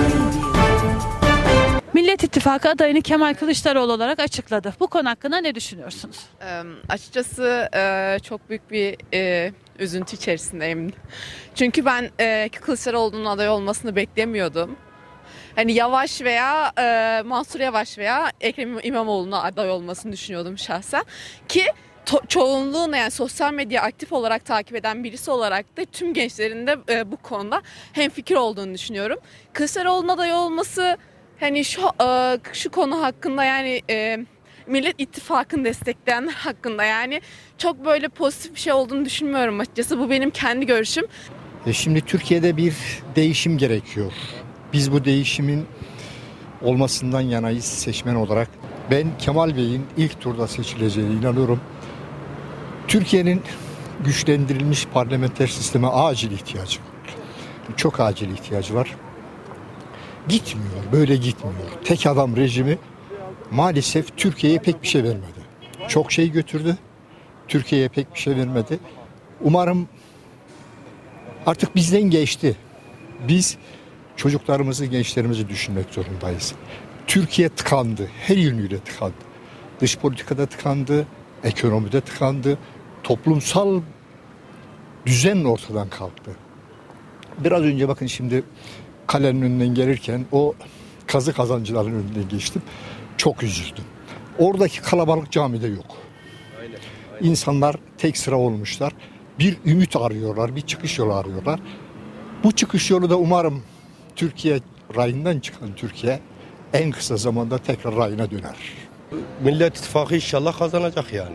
K: Millet İttifakı adayını Kemal Kılıçdaroğlu olarak açıkladı. Bu konu hakkında ne düşünüyorsunuz?
L: Ee, açıkçası e, çok büyük bir e, üzüntü içerisindeyim. Çünkü ben e, Kılıçdaroğlu'nun aday olmasını beklemiyordum. Hani Yavaş veya e, Mansur Yavaş veya Ekrem İmamoğlu'na aday olmasını düşünüyordum şahsen. Ki to- çoğunluğunu yani sosyal medya aktif olarak takip eden birisi olarak da tüm gençlerin de e, bu konuda hemfikir olduğunu düşünüyorum. Kılıçdaroğlu'nun aday olması hani şu e, şu konu hakkında yani e, Millet İttifakı'nı destekleyenler hakkında yani çok böyle pozitif bir şey olduğunu düşünmüyorum açıkçası. Bu benim kendi görüşüm.
H: E şimdi Türkiye'de bir değişim gerekiyor. Biz bu değişimin olmasından yanayız seçmen olarak. Ben Kemal Bey'in ilk turda seçileceğine inanıyorum. Türkiye'nin güçlendirilmiş parlamenter sisteme acil ihtiyacı var. Çok acil ihtiyacı var. Gitmiyor, böyle gitmiyor. Tek adam rejimi maalesef Türkiye'ye pek bir şey vermedi. Çok şey götürdü, Türkiye'ye pek bir şey vermedi. Umarım artık bizden geçti. Biz çocuklarımızı, gençlerimizi düşünmek zorundayız. Türkiye tıkandı, her yönüyle tıkandı. Dış politikada tıkandı, ekonomide tıkandı, toplumsal düzen ortadan kalktı. Biraz önce bakın şimdi kalenin önünden gelirken o kazı kazancıların önünden geçtim. Çok üzüldüm. Oradaki kalabalık camide yok. Aynen, aynen. İnsanlar tek sıra olmuşlar. Bir ümit arıyorlar, bir çıkış yolu arıyorlar. Bu çıkış yolu da umarım Türkiye rayından çıkan Türkiye en kısa zamanda tekrar rayına döner.
M: Millet İttifakı inşallah kazanacak yani.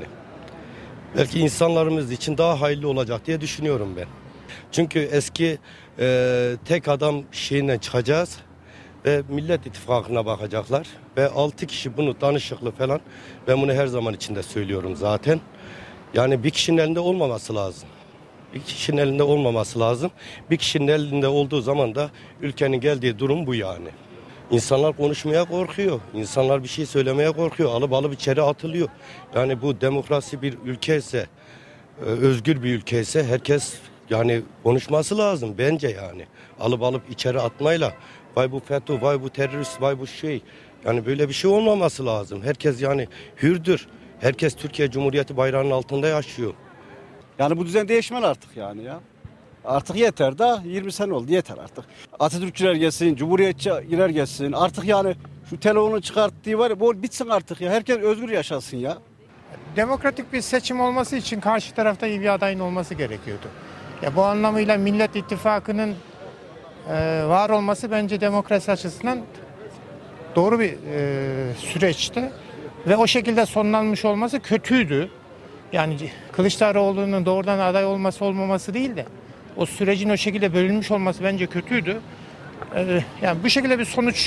M: Belki insanlarımız için daha hayırlı olacak diye düşünüyorum ben. Çünkü eski e, tek adam şeyinden çıkacağız ve Millet İttifakı'na bakacaklar. Ve altı kişi bunu danışıklı falan, ben bunu her zaman içinde söylüyorum zaten. Yani bir kişinin elinde olmaması lazım. Bir kişinin elinde olmaması lazım. Bir kişinin elinde olduğu zaman da ülkenin geldiği durum bu yani. İnsanlar konuşmaya korkuyor. İnsanlar bir şey söylemeye korkuyor. Alıp alıp içeri atılıyor. Yani bu demokrasi bir ülke ise, özgür bir ülke ise herkes yani konuşması lazım bence yani. Alıp alıp içeri atmayla vay bu FETÖ, vay bu terörist, vay bu şey. Yani böyle bir şey olmaması lazım. Herkes yani hürdür. Herkes Türkiye Cumhuriyeti bayrağının altında yaşıyor.
N: Yani bu düzen değişmeli artık yani ya. Artık yeter da yirmi sene oldu, yeter artık. Atatürkçüler gelsin, Cumhuriyetçiler gelsin. Artık yani şu telefonun çıkarttığı var ya, bu bitsin artık ya. Herkes özgür yaşasın ya.
I: Demokratik bir seçim olması için karşı tarafta iyi bir adayın olması gerekiyordu. Ya bu anlamıyla Millet İttifakı'nın e, var olması bence demokrasi açısından doğru bir e, süreçti. Ve o şekilde sonlanmış olması kötüydü. Yani Kılıçdaroğlu'nun doğrudan aday olması olmaması değil de o sürecin o şekilde bölünmüş olması bence kötüydü. Ee, yani bu şekilde bir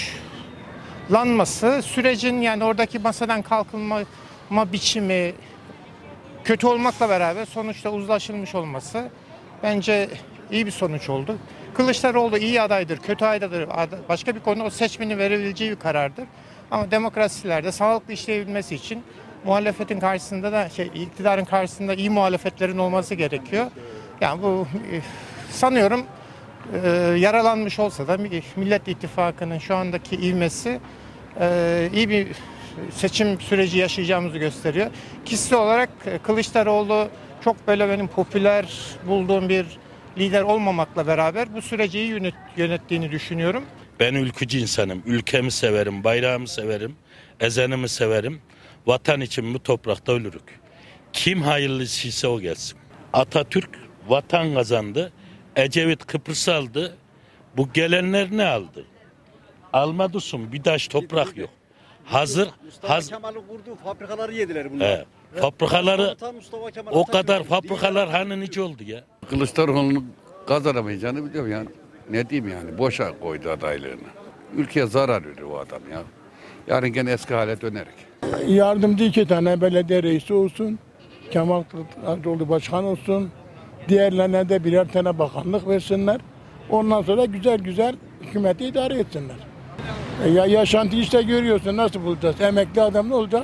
I: sonuçlanması, sürecin yani oradaki masadan kalkılma biçimi kötü olmakla beraber sonuçta uzlaşılmış olması bence iyi bir sonuç oldu. Kılıçdaroğlu iyi adaydır, kötü adaydır. Başka bir konu, o seçmenin verebileceği bir karardır. Ama demokrasilerde sağlıklı işleyebilmesi için muhalefetin karşısında da şey iktidarın karşısında iyi muhalefetlerin olması gerekiyor. Yani bu sanıyorum e, yaralanmış olsa da Millet İttifakı'nın şu andaki ivmesi e, iyi bir seçim süreci yaşayacağımızı gösteriyor. Kişisel olarak Kılıçdaroğlu çok böyle benim popüler bulduğum bir lider olmamakla beraber bu süreci iyi yönet, yönettiğini düşünüyorum.
O: Ben ülkücü insanım. Ülkemi severim, bayrağımı severim, ezanımı severim. Vatan için bu toprakta ölürük. Kim hayırlısıysa o gelsin. Atatürk vatan kazandı. Ecevit Kıbrıs aldı. Bu gelenler ne aldı? Almadısun, bir taş toprak yok. Hazır.
N: Mustafa
O: haz...
N: Kemal'in kurduğu fabrikaları yediler bunlar.
O: He, fabrikaları o kadar fabrikalar hani nice oldu ya.
P: Kılıçdaroğlu'nun kazanamayacağını biliyorum yani. Ne diyeyim yani, boşa koydu adaylığını. Ülkeye zarar veriyor o adam ya. Yarın gene eski hale dönerek.
J: Yardımcı iki tane belediye reisi olsun. Kemal Kılıçdaroğlu başkan olsun. Diğerlerine de birer tane bakanlık versinler. Ondan sonra güzel güzel hükümeti idare etsinler. E ya yaşantı işte görüyorsun, nasıl bulacağız? Emekli adam ne olacak?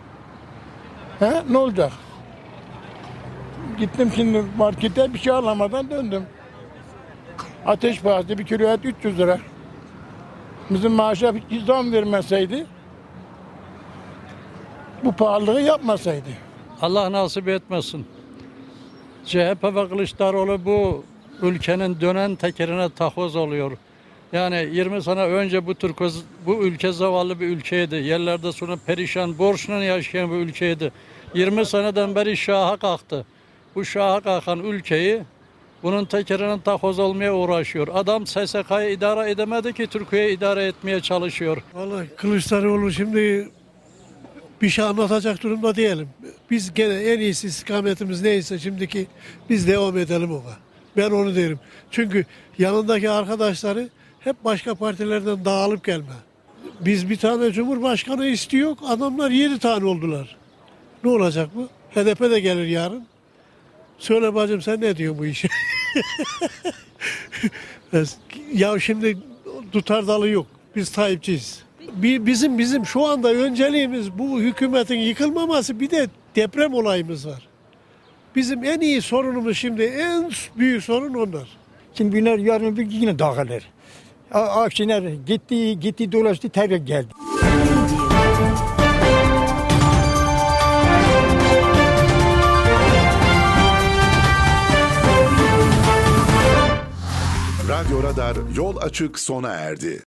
J: He, ne olacak? Gittim şimdi markete, bir şey alamadan döndüm. Ateş pahası bir kilo et üç yüz lira. Bizim maaşa bir zam vermeseydi, bu pahalılığı yapmasaydı.
Q: Allah nasip etmesin. C H P ve Kılıçdaroğlu bu ülkenin dönen tekerine takoz oluyor. Yani yirmi sene önce bu Türk bu ülke zavallı bir ülkeydi. Yerlerde sonra perişan, borçla yaşayan bir ülkeydi. yirmi seneden beri şaha kalktı. Bu şaha kalkan ülkeyi bunun tekerine takoz olmaya uğraşıyor. Adam S S K'yı idare edemedi ki Türkiye'yi idare etmeye çalışıyor.
J: Vallahi Kılıçdaroğlu şimdi bir şey anlatacak durumda diyelim. Biz gene en iyisi istikametimiz neyse şimdiki biz devam edelim ona. Ben onu derim. Çünkü yanındaki arkadaşları hep başka partilerden dağılıp gelme. Biz bir tane cumhurbaşkanı istiyor, adamlar yedi tane oldular. Ne olacak bu? H D P de gelir yarın. Söyle bacım, sen ne diyorsun bu işe? Ya şimdi tutar dalı yok. Biz Tayyipçiyiz. Bizim bizim şu anda önceliğimiz bu hükümetin yıkılmaması, bir de deprem olayımız var. Bizim en iyi sorunumuz şimdi, en büyük sorun onlar.
R: Şimdi bunlar yarın bir yine dağılır. Akşener gitti, gitti dolaştı, tekrar geldi.
B: Radyo Radar yol açık sona erdi.